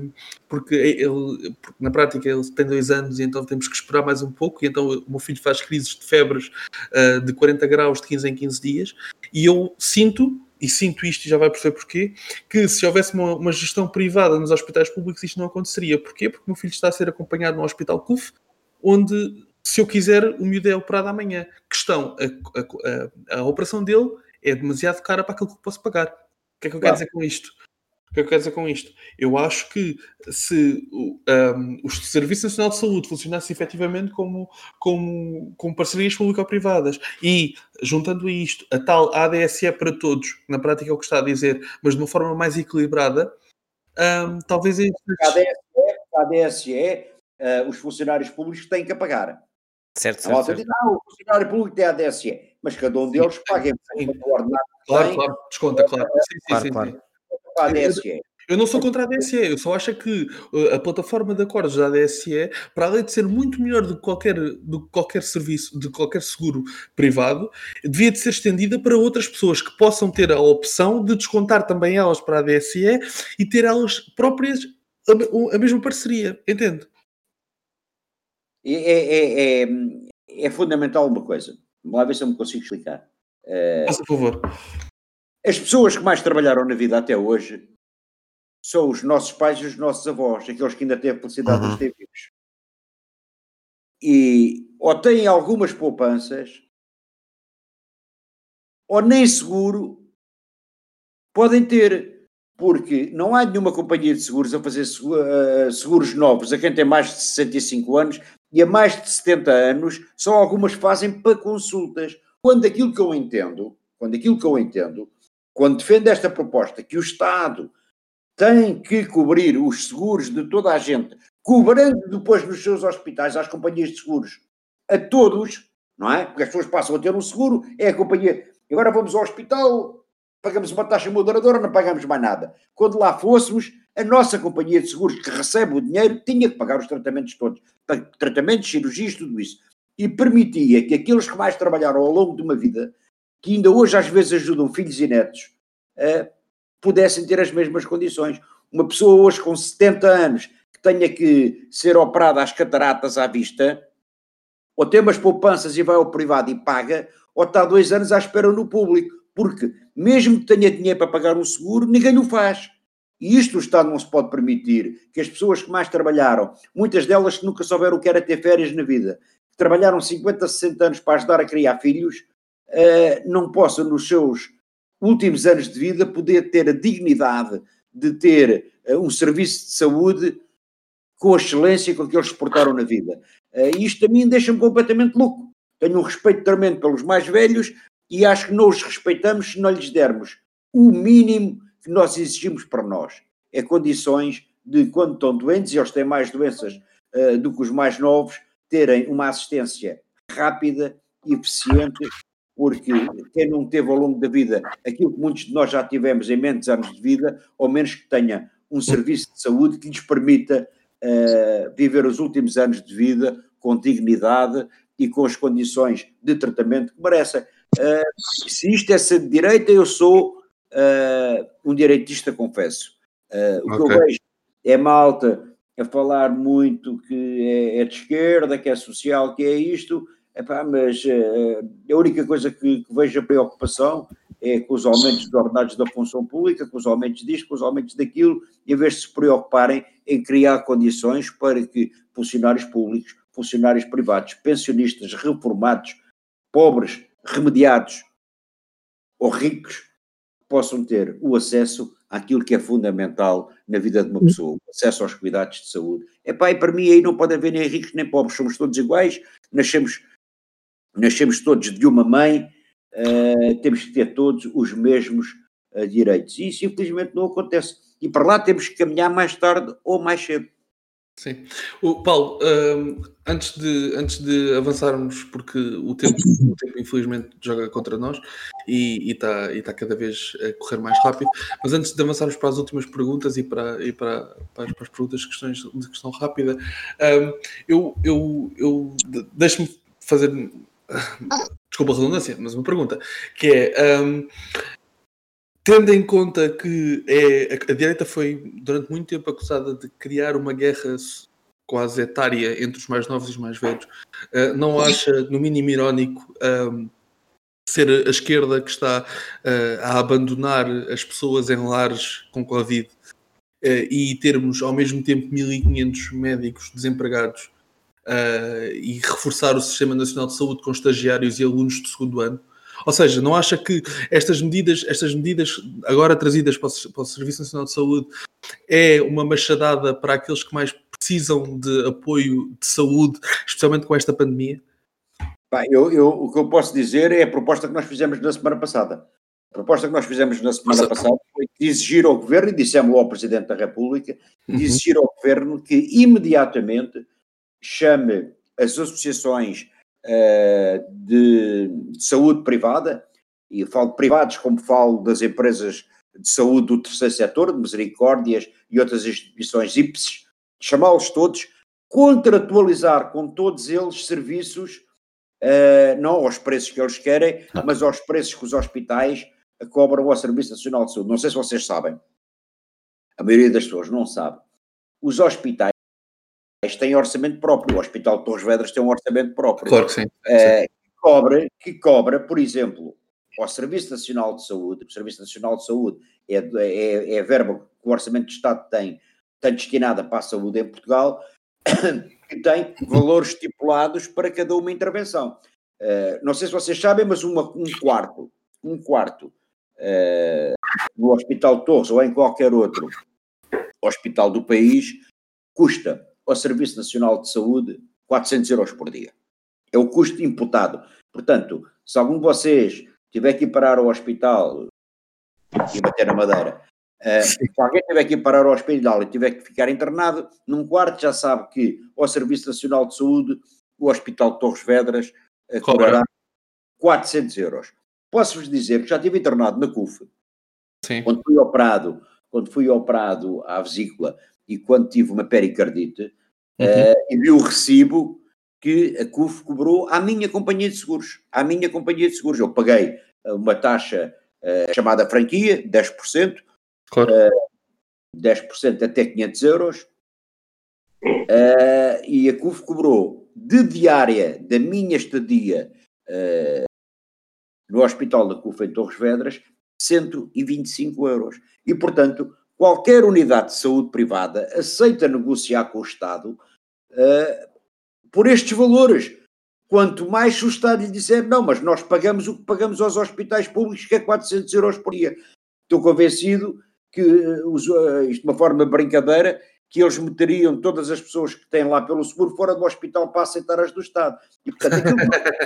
Speaker 1: na prática ele tem 2 anos e então temos que esperar mais um pouco, e então o meu filho faz crises de febres de 40 graus de 15 em 15 dias, e eu sinto isto e já vai perceber porquê, que se houvesse uma gestão privada nos hospitais públicos isto não aconteceria. Porquê? Porque o meu filho está a ser acompanhado no hospital CUF, onde, se eu quiser, o miúdo é operado amanhã. Questão, a operação dele é demasiado cara para aquilo que eu posso pagar. O que é que eu quero dizer com isto? Eu acho que se o Serviço Nacional de Saúde funcionasse efetivamente como parcerias público-privadas e, juntando a isto, a tal ADSE para todos, na prática é o que está a dizer, mas de uma forma mais equilibrada, talvez...
Speaker 2: A ADSE, os funcionários públicos têm que pagar.
Speaker 4: Certo.
Speaker 2: O funcionário público tem a ADSE, mas cada um deles paga o ordenado.
Speaker 1: Claro, desconta, claro. Sim.
Speaker 2: A ADSE.
Speaker 1: Eu não sou contra a ADSE, eu só acho que a plataforma de acordos da ADSE, para além de ser muito melhor do que qualquer serviço, de qualquer seguro privado, devia de ser estendida para outras pessoas que possam ter a opção de descontar também elas para a ADSE e ter elas próprias a mesma parceria, entende?
Speaker 2: É fundamental uma coisa. Vamos lá ver se eu me consigo explicar.
Speaker 1: Faça favor.
Speaker 2: As pessoas que mais trabalharam na vida até hoje são os nossos pais e os nossos avós, aqueles que ainda têm a felicidade de ter vivos. E ou têm algumas poupanças, ou nem seguro podem ter, porque não há nenhuma companhia de seguros a fazer seguros novos a quem tem mais de 65 anos e a mais de 70 anos, só algumas fazem para consultas. Quando aquilo que eu entendo, quando defendo esta proposta, que o Estado tem que cobrir os seguros de toda a gente, cobrando depois nos seus hospitais, às companhias de seguros, a todos, não é? Porque as pessoas passam a ter um seguro, é a companhia. Agora vamos ao hospital, pagamos uma taxa moderadora, não pagamos mais nada. Quando lá fôssemos, a nossa companhia de seguros que recebe o dinheiro tinha que pagar os tratamentos todos. Tratamentos, cirurgias, tudo isso. E permitia que aqueles que mais trabalharam ao longo de uma vida, que ainda hoje às vezes ajudam filhos e netos, pudessem ter as mesmas condições. Uma pessoa hoje com 70 anos, que tenha que ser operado às cataratas à vista, ou tem umas poupanças e vai ao privado e paga, ou está 2 anos à espera no público, porque mesmo que tenha dinheiro para pagar um seguro, ninguém o faz. E isto o Estado não se pode permitir, que as pessoas que mais trabalharam, muitas delas que nunca souberam o que era ter férias na vida, que trabalharam 50, 60 anos para ajudar a criar filhos, não possam nos seus últimos anos de vida poder ter a dignidade de ter um serviço de saúde com a excelência com que eles se portaram na vida. Isto a mim deixa-me completamente louco. Tenho um respeito tremendo pelos mais velhos e acho que não os respeitamos se não lhes dermos o mínimo que nós exigimos para nós. É condições de, quando estão doentes, e eles têm mais doenças do que os mais novos, terem uma assistência rápida e eficiente, porque quem não teve ao longo da vida aquilo que muitos de nós já tivemos em menos anos de vida, ou menos que tenha um serviço de saúde que lhes permita viver os últimos anos de vida com dignidade e com as condições de tratamento que merecem. Se isto é ser de direita, eu sou um direitista, confesso. O que eu vejo é malta a falar muito que é de esquerda, que é social, que é isto, mas a única coisa que vejo a preocupação é com os aumentos dos ordenados da função pública, com os aumentos disto, com os aumentos daquilo, em vez de se preocuparem em criar condições para que funcionários públicos, funcionários privados, pensionistas, reformados, pobres, remediados ou ricos, possam ter o acesso àquilo que é fundamental na vida de uma pessoa, o acesso aos cuidados de saúde. E para mim aí não pode haver nem ricos nem pobres, somos todos iguais, nascemos todos de uma mãe, temos que ter todos os mesmos direitos. E isso infelizmente não acontece. E para lá temos que caminhar mais tarde ou mais cedo.
Speaker 1: Sim. Paulo, antes de avançarmos, porque o tempo infelizmente joga contra nós e está cada vez a correr mais rápido, mas antes de avançarmos para as últimas perguntas e para as perguntas, questões de questão rápida, deixe-me fazer, desculpa a redundância, mas uma pergunta, que é... tendo em conta que a direita foi durante muito tempo acusada de criar uma guerra quase etária entre os mais novos e os mais velhos, não acha, no mínimo irónico, ser a esquerda que está a abandonar as pessoas em lares com Covid e termos ao mesmo tempo 1.500 médicos desempregados e reforçar o Sistema Nacional de Saúde com estagiários e alunos de segundo ano? Ou seja, não acha que estas medidas agora trazidas para o Serviço Nacional de Saúde é uma machadada para aqueles que mais precisam de apoio de saúde, especialmente com esta pandemia?
Speaker 2: O que eu posso dizer é a proposta que nós fizemos na semana passada. A proposta que nós fizemos na semana passada foi de exigir ao Governo, e dissemos ao Presidente da República, de exigir ao Governo que imediatamente chame as associações de saúde privada, e falo de privados como falo das empresas de saúde do terceiro setor, de Misericórdias e outras instituições IPSES, chamá-los todos, contratualizar com todos eles serviços, não aos preços que eles querem, mas aos preços que os hospitais cobram ao Serviço Nacional de Saúde. Não sei se vocês sabem, a maioria das pessoas não sabe, os hospitais têm orçamento próprio. O Hospital de Torres Vedras tem um orçamento próprio.
Speaker 1: Claro que sim.
Speaker 2: Que cobra, por exemplo, ao Serviço Nacional de Saúde. O Serviço Nacional de Saúde é a verba que o Orçamento do Estado tem destinada para a saúde em Portugal, que tem valores estipulados para cada uma intervenção. Não sei se vocês sabem, mas um quarto no Hospital de Torres ou em qualquer outro hospital do país custa ao Serviço Nacional de Saúde 400 euros por dia. É o custo imputado. Portanto, se algum de vocês tiver que ir parar ao hospital e bater na madeira, se alguém tiver que ir parar ao hospital e tiver que ficar internado num quarto, já sabe que ao Serviço Nacional de Saúde, o Hospital de Torres Vedras cobrará 400 euros. Posso-vos dizer que já estive internado na CUF, quando fui operado à vesícula e quando tive uma pericardite, e vi o recibo que a CUF cobrou à minha companhia de seguros. Eu paguei uma taxa chamada franquia, 10%, 10% até 500 euros, e a CUF cobrou de diária da minha estadia no Hospital da CUF em Torres Vedras 125 euros. E, portanto, qualquer unidade de saúde privada aceita negociar com o Estado por estes valores. Quanto mais o Estado lhe disser, não, mas nós pagamos o que pagamos aos hospitais públicos, que é 400 euros por dia. Estou convencido que, isto de uma forma de brincadeira, que eles meteriam todas as pessoas que têm lá pelo seguro fora do hospital para aceitar as do Estado. E, portanto, aquilo...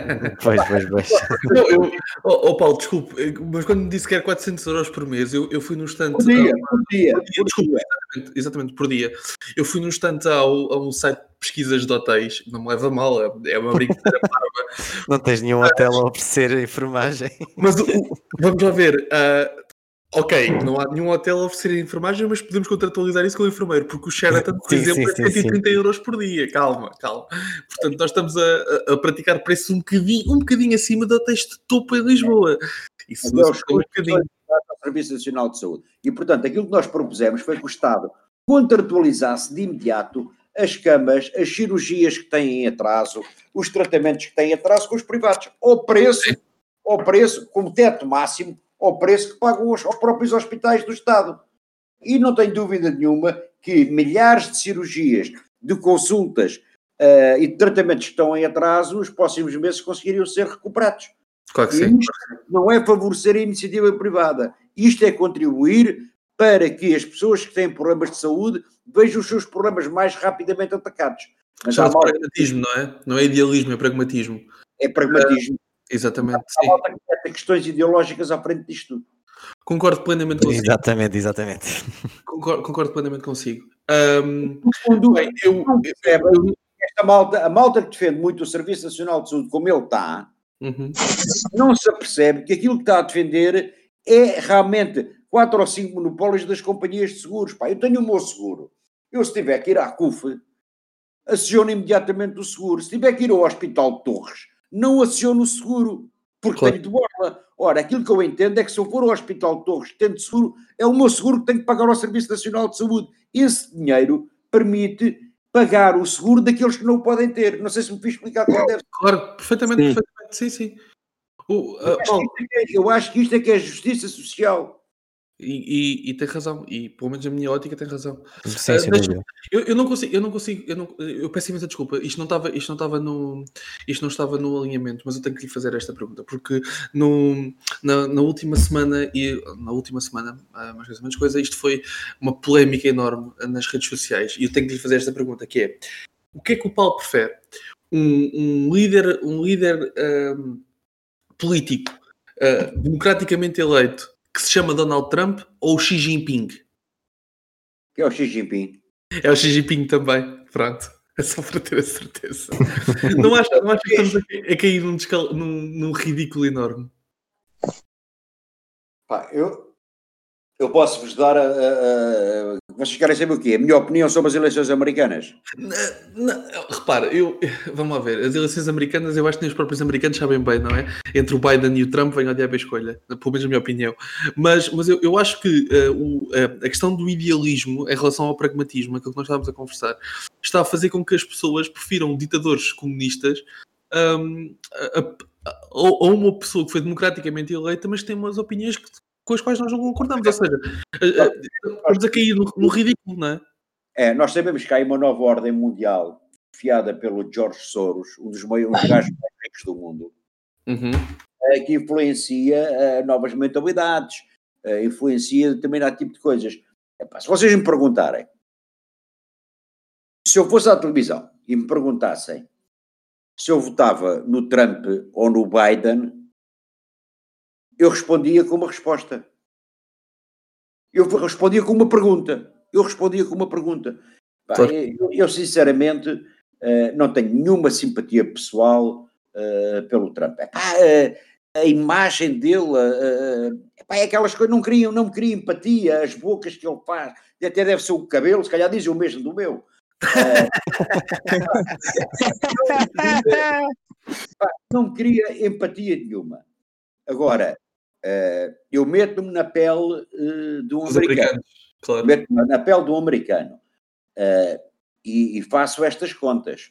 Speaker 1: Não, Paulo, desculpe, mas quando me disse que era 400 euros por mês, eu fui num instante...
Speaker 2: Por dia.
Speaker 1: Desculpe, exatamente, por dia. Eu fui num instante a um site de pesquisas de hotéis, não me leva a mal, é uma brincadeira parva.
Speaker 4: Não tens nenhum hotel a oferecer enfermagem.
Speaker 1: Mas vamos lá ver... Ok, não há nenhum hotel a oferecer enfermagem, mas podemos contratualizar isso com o enfermeiro, porque o Sheraton, por exemplo, é 130 euros por dia. Calma. Portanto, nós estamos a praticar preços um bocadinho acima de hotéis de topo em Lisboa. Isso é um bocadinho.
Speaker 2: Ao Serviço Nacional de Saúde. E, portanto, aquilo que nós propusemos foi que o Estado contratualizasse de imediato as camas, as cirurgias que têm em atraso, os tratamentos que têm em atraso com os privados, ao preço, como teto máximo, ao preço que pagam os próprios hospitais do Estado. E não tenho dúvida nenhuma que milhares de cirurgias, de consultas e de tratamentos que estão em atraso, nos próximos meses conseguiriam ser recuperados.
Speaker 1: Claro que sim.
Speaker 2: Isto não é favorecer a iniciativa privada. Isto é contribuir para que as pessoas que têm problemas de saúde vejam os seus problemas mais rapidamente atacados.
Speaker 1: Mas é pragmatismo, não é? Não é idealismo, é pragmatismo.
Speaker 2: É pragmatismo.
Speaker 1: Exatamente.
Speaker 2: Há malta que tem questões ideológicas à frente disto tudo.
Speaker 1: Concordo plenamente consigo.
Speaker 4: Exatamente.
Speaker 1: Concordo plenamente consigo.
Speaker 2: Bem, esta a malta que defende muito o Serviço Nacional de Saúde como ele está, não se apercebe que aquilo que está a defender é realmente 4 ou 5 monopólios das companhias de seguros. Pá, eu tenho o meu seguro. Eu, se tiver que ir à CUF, aciono imediatamente o seguro. Se tiver que ir ao Hospital de Torres, não aciono o seguro, porque tenho de borla. Ora, aquilo que eu entendo é que se eu for ao Hospital de Torres, tendo seguro, é o meu seguro que tenho que pagar ao Serviço Nacional de Saúde. Esse dinheiro permite pagar o seguro daqueles que não o podem ter. Não sei se me fiz explicar como deve ser.
Speaker 1: Claro, perfeitamente. Sim.
Speaker 2: Eu acho que isto é que é justiça social.
Speaker 1: E tem razão, e pelo menos a minha ótica tem razão.
Speaker 4: Sim,
Speaker 1: eu não consigo, eu peço imensa desculpa, isto não estava no alinhamento, mas eu tenho que lhe fazer esta pergunta, porque na última semana, mais ou menos coisa, isto foi uma polémica enorme nas redes sociais, e eu tenho que lhe fazer esta pergunta, que é, o que é que o Paulo prefere? Um líder político democraticamente eleito que se chama Donald Trump ou Xi Jinping?
Speaker 2: Que é o Xi Jinping.
Speaker 1: É o Xi Jinping também, pronto. É só para ter a certeza. Não acho que estamos a cair num ridículo enorme.
Speaker 2: Pá, eu posso-vos dar vocês querem saber o quê? A minha opinião sobre as eleições americanas?
Speaker 1: Repara, vamos lá ver. As eleições americanas, eu acho que nem os próprios americanos sabem bem, não é? Entre o Biden e o Trump vem ao diabo a escolha. Pelo menos a minha opinião. Mas eu acho que a questão do idealismo em relação ao pragmatismo, aquilo que nós estávamos a conversar, está a fazer com que as pessoas prefiram ditadores comunistas a uma pessoa que foi democraticamente eleita, mas que tem umas opiniões com as quais nós não concordamos. Ou seja, estamos a cair no ridículo, não é?
Speaker 2: Nós sabemos que há uma nova ordem mundial fiada pelo George Soros, um dos gajos mais ricos do mundo, que influencia novas mentalidades, influencia determinado tipo de coisas. Se vocês me perguntarem, se eu fosse à televisão e me perguntassem se eu votava no Trump ou no Biden, eu respondia com uma resposta. Eu respondia com uma pergunta. Eu sinceramente não tenho nenhuma simpatia pessoal pelo Trump. A imagem dele é aquelas coisas, não me cria empatia, as bocas que ele faz, até deve ser o cabelo, se calhar dizem o mesmo do meu. Não me cria empatia nenhuma. Agora, eu meto-me na pele de um americano.
Speaker 1: Claro.
Speaker 2: Meto-me na pele de um americano. e faço estas contas.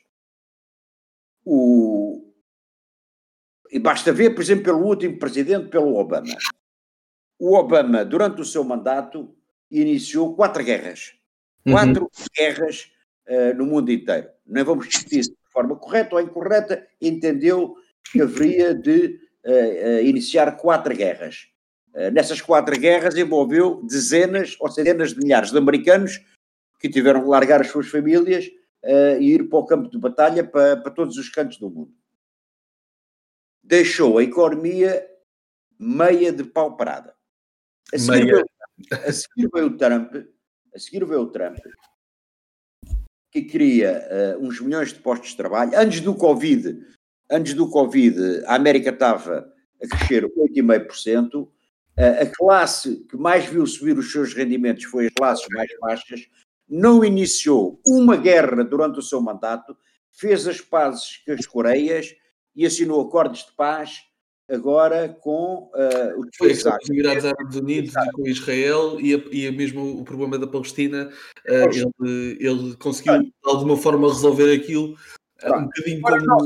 Speaker 2: E basta ver, por exemplo, pelo último presidente, pelo Obama. O Obama, durante o seu mandato, iniciou 4 guerras. 4 guerras no mundo inteiro. Não vamos discutir de forma correta ou incorreta, entendeu que haveria de iniciar 4 guerras. Nessas 4 guerras envolveu dezenas ou centenas de milhares de americanos que tiveram que largar as suas famílias e ir para o campo de batalha para todos os cantos do mundo. Deixou a economia meia de pau parada. A seguir veio o Trump, que cria uns milhões de postos de trabalho. Antes do Covid, a América estava a crescer 8,5%. A classe que mais viu subir os seus rendimentos foi as classes mais baixas. Não iniciou uma guerra durante o seu mandato, fez as pazes com as Coreias e assinou acordos de paz agora com
Speaker 1: os Emirados Árabes Unidos e com Israel e mesmo o problema da Palestina, ele conseguiu de alguma forma resolver aquilo um bocadinho como...
Speaker 2: Nós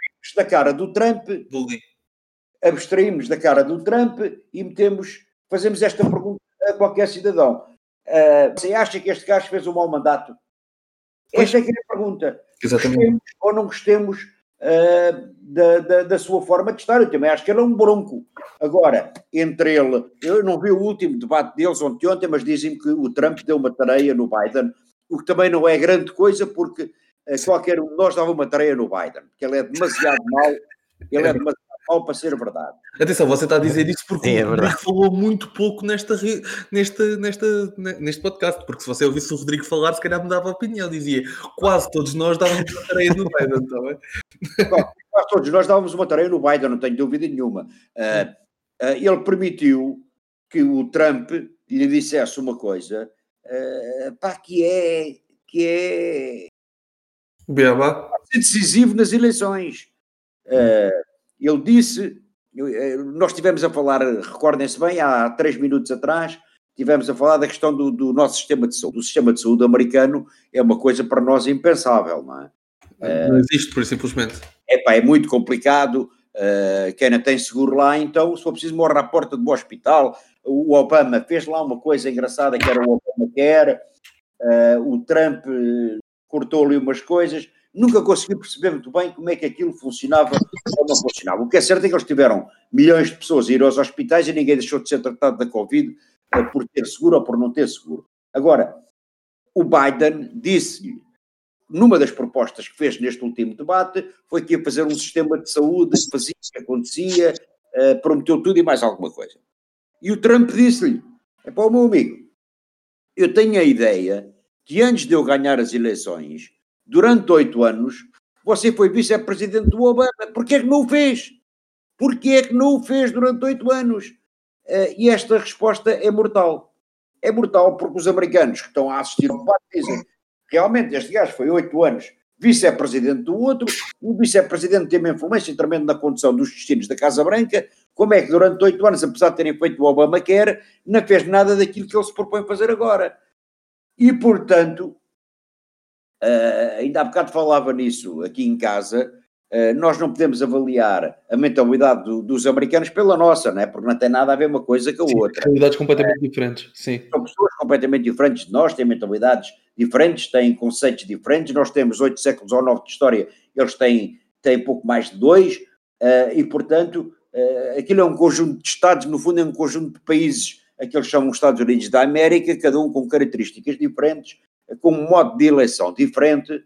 Speaker 2: abstraímos da cara do Trump e fazemos esta pergunta a qualquer cidadão. Você acha que este gajo fez um mau mandato? Esta é que é a pergunta.
Speaker 1: Exatamente.
Speaker 2: Gostemos ou não gostemos da sua forma de estar? Eu também acho que ele é um bronco. Agora, entre ele, eu não vi o último debate deles ontem, mas dizem que o Trump deu uma tareia no Biden, o que também não é grande coisa, porque qualquer um de nós dava uma tareia no Biden, porque ele é demasiado mau para ser verdade.
Speaker 1: Atenção, você está a dizer isso porque o Rodrigo falou muito pouco neste podcast, porque se você ouvisse o Rodrigo falar, se calhar mudava a opinião, dizia quase todos nós dávamos uma tareia no Biden, está bem?
Speaker 2: Quase todos nós dávamos uma tareia no Biden, não tenho dúvida nenhuma. Ele permitiu que o Trump lhe dissesse uma coisa que é decisivo nas eleições. Ele disse, nós estivemos a falar, recordem-se bem, há 3 minutos atrás, estivemos a falar da questão do nosso sistema de saúde. O sistema de saúde americano é uma coisa para nós impensável, não é?
Speaker 1: Não existe, por simplesmente.
Speaker 2: É muito complicado, quem não tem seguro lá, então, se for preciso, morre à porta do hospital. O Obama fez lá uma coisa engraçada, que era o Obamacare, o Trump cortou-lhe umas coisas. Nunca consegui perceber muito bem como é que aquilo funcionava ou não funcionava. O que é certo é que eles tiveram milhões de pessoas a ir aos hospitais e ninguém deixou de ser tratado da Covid por ter seguro ou por não ter seguro. Agora, o Biden disse-lhe, numa das propostas que fez neste último debate, foi que ia fazer um sistema de saúde que fazia, que acontecia, prometeu tudo e mais alguma coisa. E o Trump disse-lhe, o meu amigo, eu tenho a ideia que antes de eu ganhar as eleições, durante 8 anos, você foi vice-presidente do Obama. Porquê é que não o fez? Porquê é que não o fez durante 8 anos? E esta resposta é mortal. É mortal porque os americanos que estão a assistir ao debate dizem realmente este gajo foi 8 anos vice-presidente do outro, o vice-presidente tem uma influência tremenda na condução dos destinos da Casa Branca. Como é que durante 8 anos, apesar de terem feito o Obamacare, não fez nada daquilo que ele se propõe fazer agora? E, portanto, ainda há bocado falava nisso aqui em casa, nós não podemos avaliar a mentalidade dos americanos pela nossa, não é? Porque não tem nada a ver uma coisa com a outra.
Speaker 1: Realidades completamente diferentes, sim.
Speaker 2: São pessoas completamente diferentes de nós, têm mentalidades diferentes, têm conceitos diferentes. Nós temos 8 séculos ou 9 de história, eles têm pouco mais de 2, e portanto, aquilo é um conjunto de Estados, no fundo é um conjunto de países, aqueles são os Estados Unidos da América, cada um com características diferentes, com um modo de eleição diferente.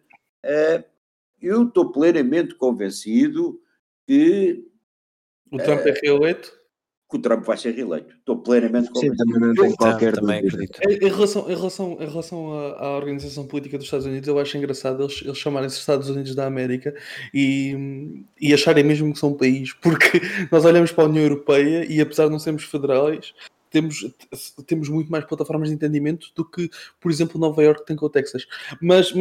Speaker 2: Eu estou plenamente convencido que
Speaker 1: o Trump é reeleito?
Speaker 2: Que o Trump vai ser reeleito. Estou plenamente convencido.
Speaker 3: Sim, também não tenho qualquer dúvida.
Speaker 1: Em relação à organização política dos Estados Unidos, eu acho engraçado eles chamarem-se Estados Unidos da América e acharem mesmo que são um país, porque nós olhamos para a União Europeia e, apesar de não sermos federais, temos muito mais plataformas de entendimento do que, por exemplo, Nova Iorque tem com o Texas. Mas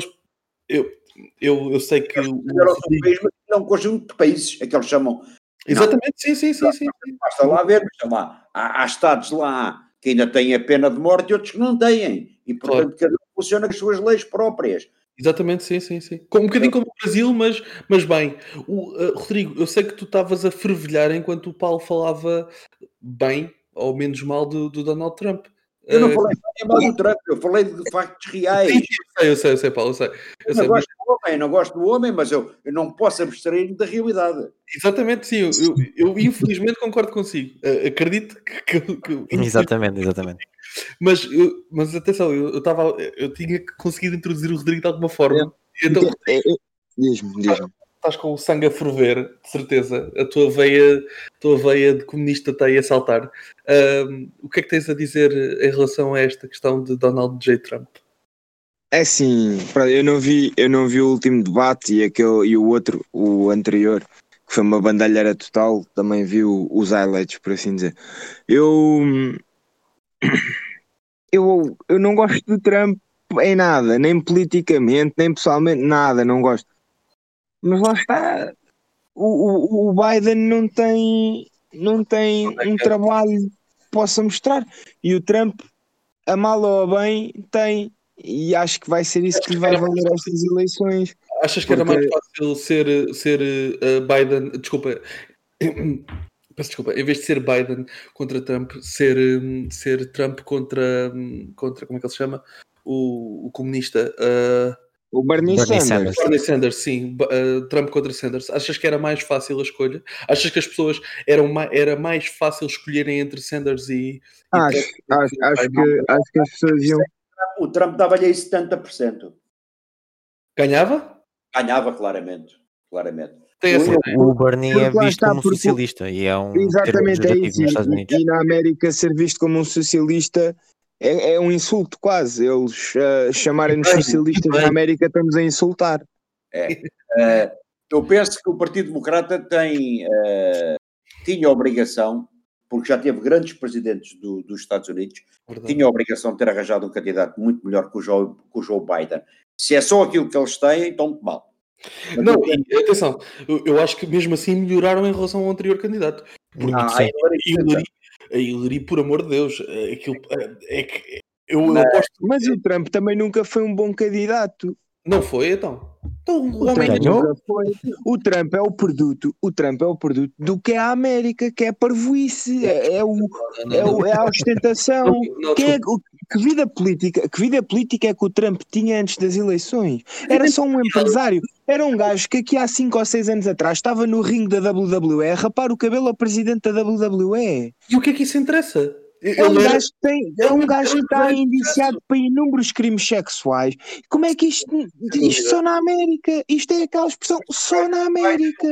Speaker 1: eu sei que
Speaker 2: é um conjunto de países, é que eles chamam.
Speaker 1: Exatamente, sim.
Speaker 2: Basta lá ver, há estados lá que ainda têm a pena de morte e outros que não têm. E, portanto, Cada um funciona com as suas leis próprias.
Speaker 1: Exatamente, sim. Um bocadinho como o Brasil, mas bem. Rodrigo, eu sei que tu estavas a fervilhar enquanto o Paulo falava bem ou menos mal do Donald Trump.
Speaker 2: Eu não falei nem mal do Trump, eu falei de factos reais.
Speaker 1: Eu sei, Paulo, eu sei.
Speaker 2: Eu não gosto do homem, mas eu não posso abstrair-me da realidade.
Speaker 1: Exatamente, sim. Eu infelizmente concordo consigo. Acredito que
Speaker 4: Exatamente.
Speaker 1: Mas atenção, eu tinha conseguido introduzir o Rodrigo de alguma forma. Então,
Speaker 3: Diz-me.
Speaker 1: estás com o sangue a ferver, de certeza. A tua veia de comunista está aí a saltar. O que é que tens a dizer em relação a esta questão de Donald J. Trump?
Speaker 3: É assim, eu não vi o último debate e o outro, o anterior, que foi uma bandalheira total, também vi os highlights, por assim dizer. Eu não gosto do Trump em nada, nem politicamente, nem pessoalmente, nada, não gosto. Mas lá está, o Biden não tem um trabalho que possa mostrar. E o Trump, a mal ou a bem, tem. E acho que vai ser isso que lhe vai valer estas eleições.
Speaker 1: Achas que era mais fácil ser Biden... Desculpa. Peço desculpa. Em vez de ser Biden contra Trump, ser Trump contra... Como é que ele se chama? O comunista...
Speaker 3: O Bernie Sanders.
Speaker 1: Bernie Sanders, sim. Trump contra Sanders. Achas que era mais fácil a escolha? Achas que as pessoas era mais fácil escolherem entre Sanders e
Speaker 3: Acho que as pessoas iam...
Speaker 2: O Trump dava-lhe aí 70%.
Speaker 1: Ganhava?
Speaker 2: Ganhava claramente.
Speaker 1: Tem essa ideia.
Speaker 4: O Bernie é visto como um socialista e é um termo pejorativo nos Estados Unidos.
Speaker 3: E na América ser visto como um socialista é um insulto quase. Eles chamarem-nos socialistas na América, estamos a insultar.
Speaker 2: Eu penso que o Partido Democrata tinha a obrigação, porque já teve grandes presidentes dos Estados Unidos, tinha a obrigação de ter arranjado um candidato muito melhor que o Joe Biden. Se é só aquilo que eles têm, então mal.
Speaker 1: Não, e atenção, eu acho que mesmo assim melhoraram em relação ao anterior candidato. A Hillary, por amor de Deus, aquilo é que eu aposto.
Speaker 3: Mas o Trump também nunca foi um bom candidato.
Speaker 1: Não foi, então?
Speaker 3: O Trump é o produto do que é a América, que é a parvoíce, é a ostentação. Que vida política é que o Trump tinha antes das eleições? Era só um empresário, era um gajo que aqui há 5 ou 6 anos atrás estava no ringue da WWE a rapar o cabelo ao presidente da WWE.
Speaker 1: E o que é que isso interessa?
Speaker 3: É um gajo que está indiciado para inúmeros crimes sexuais. Como é que isto só na América? Isto é aquela expressão só na América.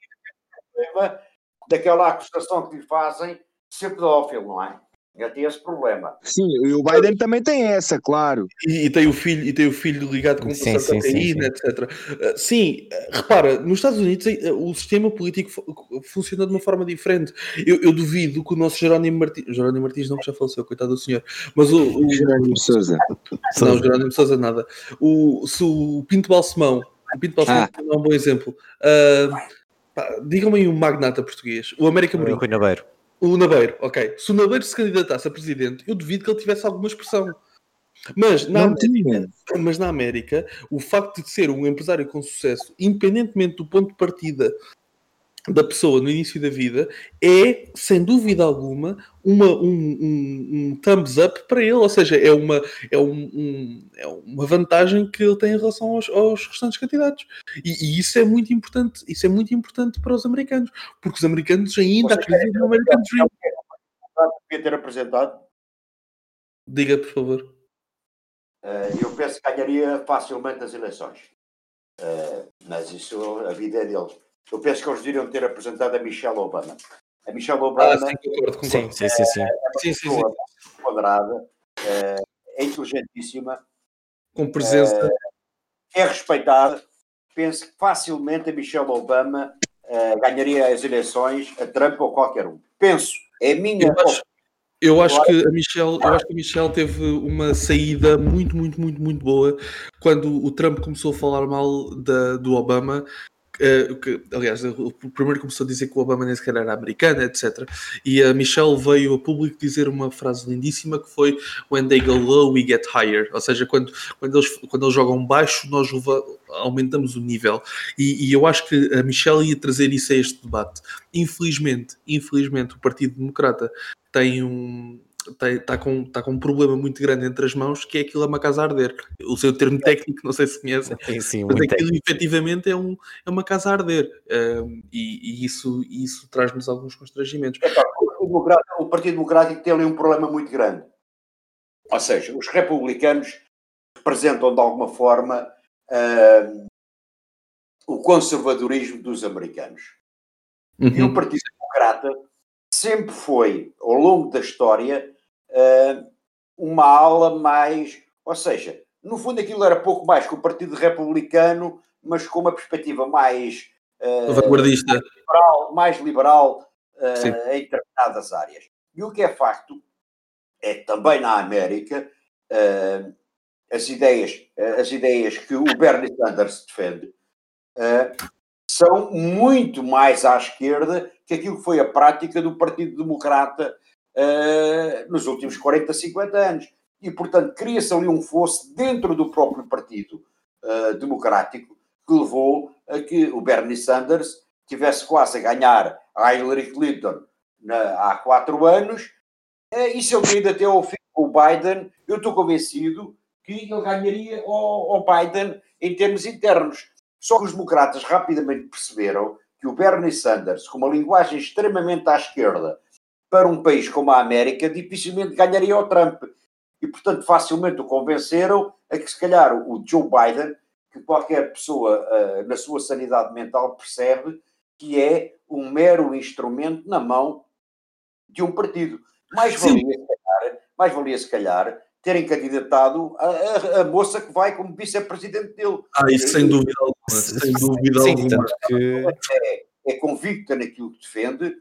Speaker 2: Daquela acusação que lhe fazem de ser pedófilo, não é? Já tem esse problema.
Speaker 3: Sim, e o Biden também tem essa, claro.
Speaker 1: E tem o filho ligado com cocaína, etc. Sim, repara, nos Estados Unidos o sistema político funciona de uma forma diferente. Eu duvido que o nosso Jerónimo Martins não, que já faleceu, coitado do senhor, mas o
Speaker 3: Jerónimo Sousa.
Speaker 1: Não, Jerónimo Sousa nada. Se o Pinto Balsemão é um bom exemplo. Digam-me aí um magnata português. O América Mourinho.
Speaker 4: Rui Nabeiro.
Speaker 1: O Nabeiro, ok. Se o Nabeiro se candidatasse a presidente, eu duvido que ele tivesse alguma expressão. Mas na América, o facto de ser um empresário com sucesso, independentemente do ponto de partida da pessoa no início da vida, é, sem dúvida alguma, um thumbs up para ele. Ou seja, é uma vantagem que ele tem em relação aos restantes candidatos. E isso é muito importante. Isso é muito importante para os americanos, porque os americanos ainda acreditam no American Dream.
Speaker 2: Devia ter apresentado.
Speaker 1: Diga, por favor.
Speaker 2: Eu penso que ganharia facilmente as eleições. Mas isso, a vida é deles. Eu penso que eles deveriam ter apresentado a Michelle Obama. A Michelle Obama
Speaker 1: concordo.
Speaker 4: Sim.
Speaker 2: É uma pessoa quadrada, é inteligentíssima,
Speaker 1: com presença,
Speaker 2: é respeitada. Penso que facilmente a Michelle Obama ganharia as eleições a Trump ou qualquer um. Penso, é a minha opinião.
Speaker 1: Eu acho que a Michelle teve uma saída muito, muito, muito, muito boa quando o Trump começou a falar mal do Obama. aliás, o primeiro começou a dizer que o Obama nem sequer era americano, etc. E a Michelle veio a público dizer uma frase lindíssima que foi "When they go low, we get higher", ou seja, quando eles jogam baixo, nós aumentamos o nível. E eu acho que a Michelle ia trazer isso a este debate. Infelizmente, o Partido Democrata está com um problema muito grande entre as mãos, que é aquilo, é uma casa a arder. O seu termo técnico, não sei se conhecem,
Speaker 4: Sim,
Speaker 1: mas
Speaker 4: muito
Speaker 1: aquilo efetivamente é uma casa a arder. E isso traz-nos alguns constrangimentos.
Speaker 2: O Partido Democrático tem ali um problema muito grande. Ou seja, os republicanos representam de alguma forma o conservadorismo dos americanos. E o Partido Democrata sempre foi, ao longo da história, uma ala mais... Ou seja, no fundo aquilo era pouco mais que o Partido Republicano, mas com uma perspectiva mais...
Speaker 1: vanguardista.
Speaker 2: mais liberal em determinadas áreas. E o que é facto é que também na América as ideias que o Bernie Sanders defende são muito mais à esquerda que aquilo que foi a prática do Partido Democrata nos últimos 40, 50 anos. E, portanto, cria-se ali um fosso dentro do próprio Partido Democrático que levou a que o Bernie Sanders tivesse quase a ganhar a Hillary Clinton há 4 anos, e se ele ter ido até ao fim com o Biden, eu estou convencido que ele ganharia ao Biden em termos internos. Só que os democratas rapidamente perceberam que o Bernie Sanders, com uma linguagem extremamente à esquerda, para um país como a América, dificilmente ganharia ao Trump. E, portanto, facilmente o convenceram a que, se calhar, o Joe Biden, que qualquer pessoa na sua sanidade mental percebe que é um mero instrumento na mão de um partido. Mais valia, se calhar, terem candidatado a moça que vai como vice-presidente dele.
Speaker 1: Isso sem dúvida alguma. Sem dúvida alguma.
Speaker 2: É convicta naquilo que defende.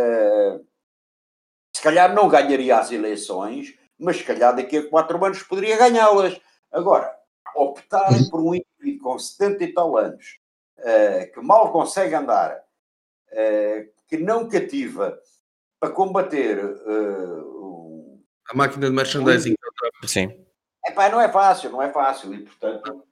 Speaker 2: Se calhar não ganharia as eleições, mas se calhar daqui a 4 anos poderia ganhá-las. Agora, optar por um indivíduo com 70 e tal anos, que mal consegue andar, que não cativa para combater
Speaker 1: a máquina de merchandising.
Speaker 4: Sim.
Speaker 2: Não é fácil. E, portanto,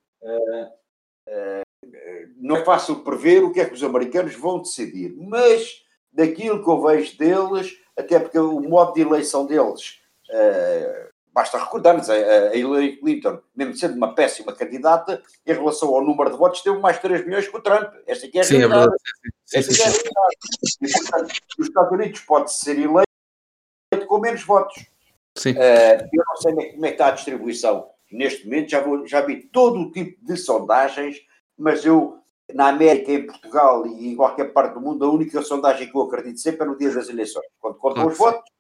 Speaker 2: não é fácil prever o que é que os americanos vão decidir. Mas, daquilo que eu vejo deles, até porque o modo de eleição deles, basta recordar-nos, a Hillary Clinton, mesmo sendo uma péssima candidata, em relação ao número de votos, teve mais 3 milhões que o Trump. Esta aqui é a realidade. Esta é a realidade. E, portanto, nos Estados Unidos pode ser eleito com menos votos.
Speaker 1: Sim.
Speaker 2: Eu não sei como é que está a distribuição neste momento, já vi todo o tipo de sondagens, mas eu, na América, em Portugal e em qualquer parte do mundo, a única sondagem que eu acredito sempre é no dia das eleições, quando contam os votos.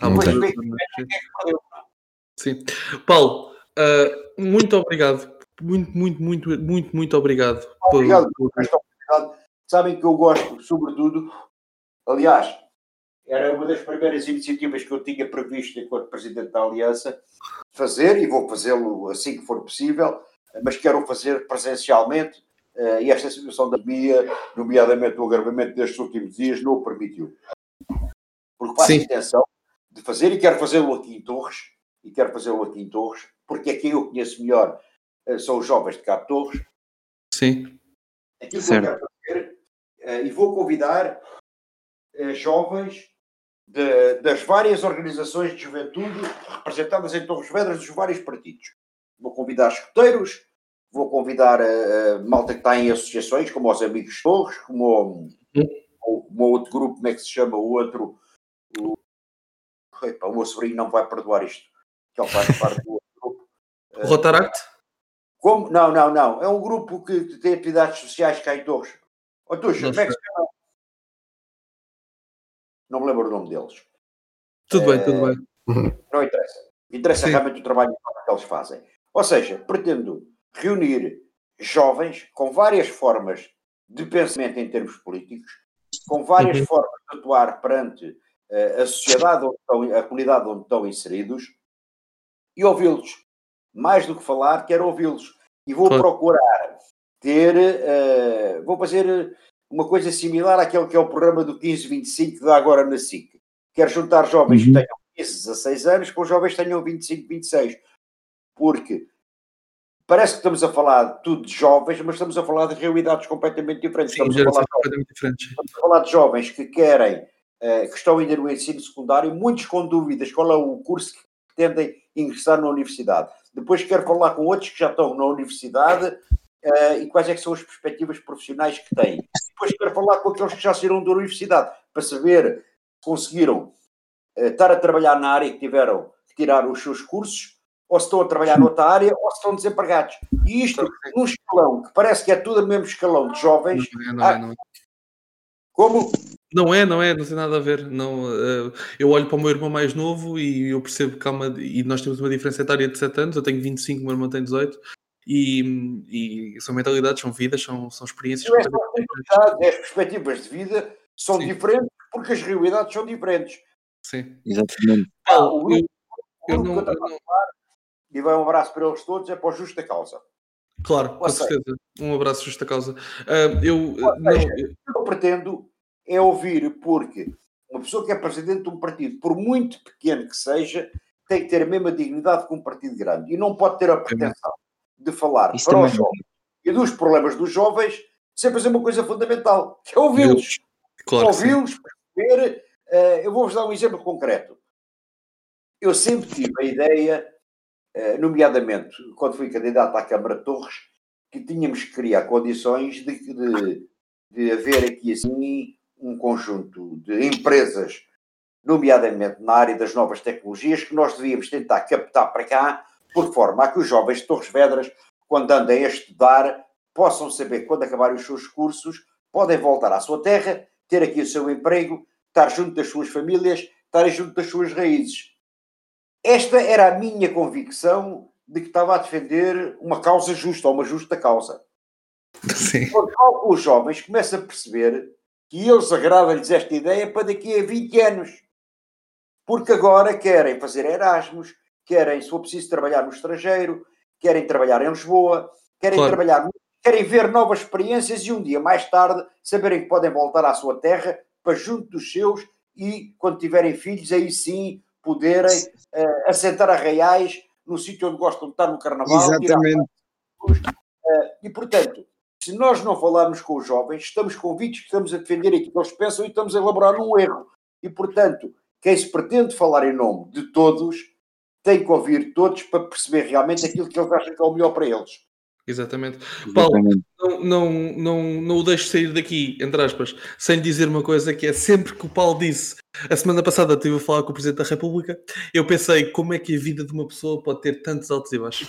Speaker 1: Sim. Paulo, muito obrigado. Muito obrigado.
Speaker 2: Obrigado por esta oportunidade. Sabem que eu gosto, sobretudo, aliás, era uma das primeiras iniciativas que eu tinha previsto enquanto Presidente da Aliança fazer, e vou fazê-lo assim que for possível, mas quero fazer presencialmente, e esta situação da pandemia, nomeadamente o agravamento destes últimos dias, não o permitiu. Porque faço intenção de fazer, e quero fazê-lo aqui em Torres, porque aqui eu conheço melhor, são os jovens de Cabo Torres.
Speaker 1: Sim.
Speaker 2: Aquilo que eu quero fazer, e vou convidar jovens das várias organizações de juventude representadas em Torres Vedras dos vários partidos. Vou convidar escuteiros, vou convidar malta que está em associações, como os Amigos de Torres, como o outro grupo, como é que se chama? O meu sobrinho não vai perdoar isto, que ele faz parte do outro grupo.
Speaker 1: O Rotaract?
Speaker 2: Como? Não. É um grupo que tem atividades sociais cá em Torres. Tuxa, como é que se chama? Não me lembro o nome deles.
Speaker 1: Tudo bem.
Speaker 2: Não interessa. Interessa realmente o trabalho que eles fazem. Ou seja, pretendo reunir jovens com várias formas de pensamento em termos políticos, com várias formas de atuar perante a sociedade, a comunidade onde estão inseridos, e ouvi-los. Mais do que falar, quero ouvi-los. E vou procurar vou fazer uma coisa similar àquele que é o programa do 15-25 que dá agora na SIC. Quero juntar jovens que tenham 15, 16 anos com jovens que tenham 25, 26. Porque parece que estamos a falar tudo de jovens, mas estamos a falar de realidades completamente diferentes.
Speaker 1: Sim,
Speaker 2: Estamos a falar de jovens que querem, que estão ainda no ensino secundário, muitos com dúvidas qual é o curso que pretendem ingressar na universidade. Depois quero falar com outros que já estão na universidade e quais é que são as perspectivas profissionais que têm. Depois quero falar com aqueles que já saíram da universidade para saber se conseguiram estar a trabalhar na área que tiveram que tirar os seus cursos, ou se estão a trabalhar noutra área, ou se estão desempregados. E isto num escalão que parece que é tudo o mesmo escalão de jovens.
Speaker 1: Não é.
Speaker 2: Como?
Speaker 1: Não tem nada a ver. Não, eu olho para o meu irmão mais novo e eu percebo que e nós temos uma diferença etária de 7 anos, eu tenho 25, o meu irmão tem 18, e são mentalidades, são vidas, são experiências.
Speaker 2: As perspectivas de vida são diferentes porque as realidades são diferentes.
Speaker 1: Sim.
Speaker 3: Exatamente.
Speaker 2: E vai um abraço para eles todos, é para o Justa Causa.
Speaker 1: Claro, com certeza. Um abraço, Justa Causa. Eu
Speaker 2: pretendo é ouvir, porque uma pessoa que é presidente de um partido, por muito pequeno que seja, tem que ter a mesma dignidade que um partido grande. E não pode ter a pretensão de falar para os jovens e dos problemas dos jovens sem fazer uma coisa fundamental, que é ouvi-los.
Speaker 1: Claro,
Speaker 2: ouvi-los, perceber. Eu vou-vos dar um exemplo concreto. Eu sempre tive a ideia, nomeadamente quando fui candidato à Câmara de Torres, que tínhamos que criar condições de haver aqui assim um conjunto de empresas, nomeadamente na área das novas tecnologias, que nós devíamos tentar captar para cá, por forma a que os jovens de Torres Vedras, quando andem a estudar, possam saber que quando acabarem os seus cursos, podem voltar à sua terra, ter aqui o seu emprego, estar junto das suas famílias, estarem junto das suas raízes. Esta era a minha convicção de que estava a defender uma causa justa, ou uma justa causa.
Speaker 1: Sim.
Speaker 2: Quando falo com os jovens, começo a perceber que eles agrada-lhes esta ideia para daqui a 20 anos. Porque agora querem fazer Erasmus, querem, se for preciso, trabalhar no estrangeiro, querem trabalhar em Lisboa, querem querem ver novas experiências e um dia mais tarde saberem que podem voltar à sua terra para junto dos seus e, quando tiverem filhos, aí sim poderem assentar arraiais no sítio onde gostam de estar no carnaval.
Speaker 3: Exatamente.
Speaker 2: E, portanto, se nós não falarmos com os jovens, estamos convictos que estamos a defender aquilo que eles pensam e estamos a elaborar um erro. E, portanto, quem se pretende falar em nome de todos tem que ouvir todos para perceber realmente aquilo que eles acham que é o melhor para eles.
Speaker 1: Exatamente. Paulo, não o deixo sair daqui, entre aspas, sem dizer uma coisa que é sempre que o Paulo disse. A semana passada estive a falar com o Presidente da República, eu pensei como é que a vida de uma pessoa pode ter tantos altos e baixos.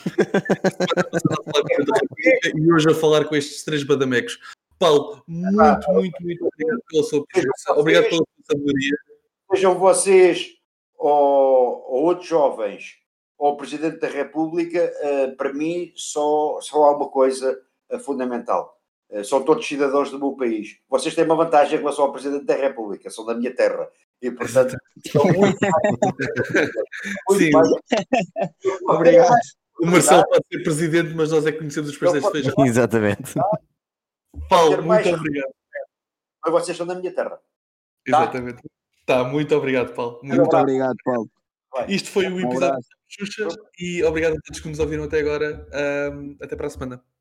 Speaker 1: E hoje a falar com estes 3 badamecos. Paulo, muito obrigado pela sua presença. Obrigado pela sua sabedoria.
Speaker 2: Sejam vocês ou outros jovens ou o Presidente da República, para mim só há uma coisa fundamental. São todos cidadãos do meu país. Vocês têm uma vantagem em relação ao Presidente da República, são da minha terra. E, portanto, são muito mais...
Speaker 3: Obrigado.
Speaker 1: O Marcelo pode ser Presidente, mas nós é que conhecemos os pastéis de feijão.
Speaker 4: Exatamente.
Speaker 1: Paulo, muito obrigado.
Speaker 2: Mas vocês são da minha terra.
Speaker 1: Exatamente. Muito obrigado, Paulo.
Speaker 3: Muito obrigado, Paulo.
Speaker 1: Isto foi o episódio da Xuxa e obrigado a todos que nos ouviram até agora. Até para a semana.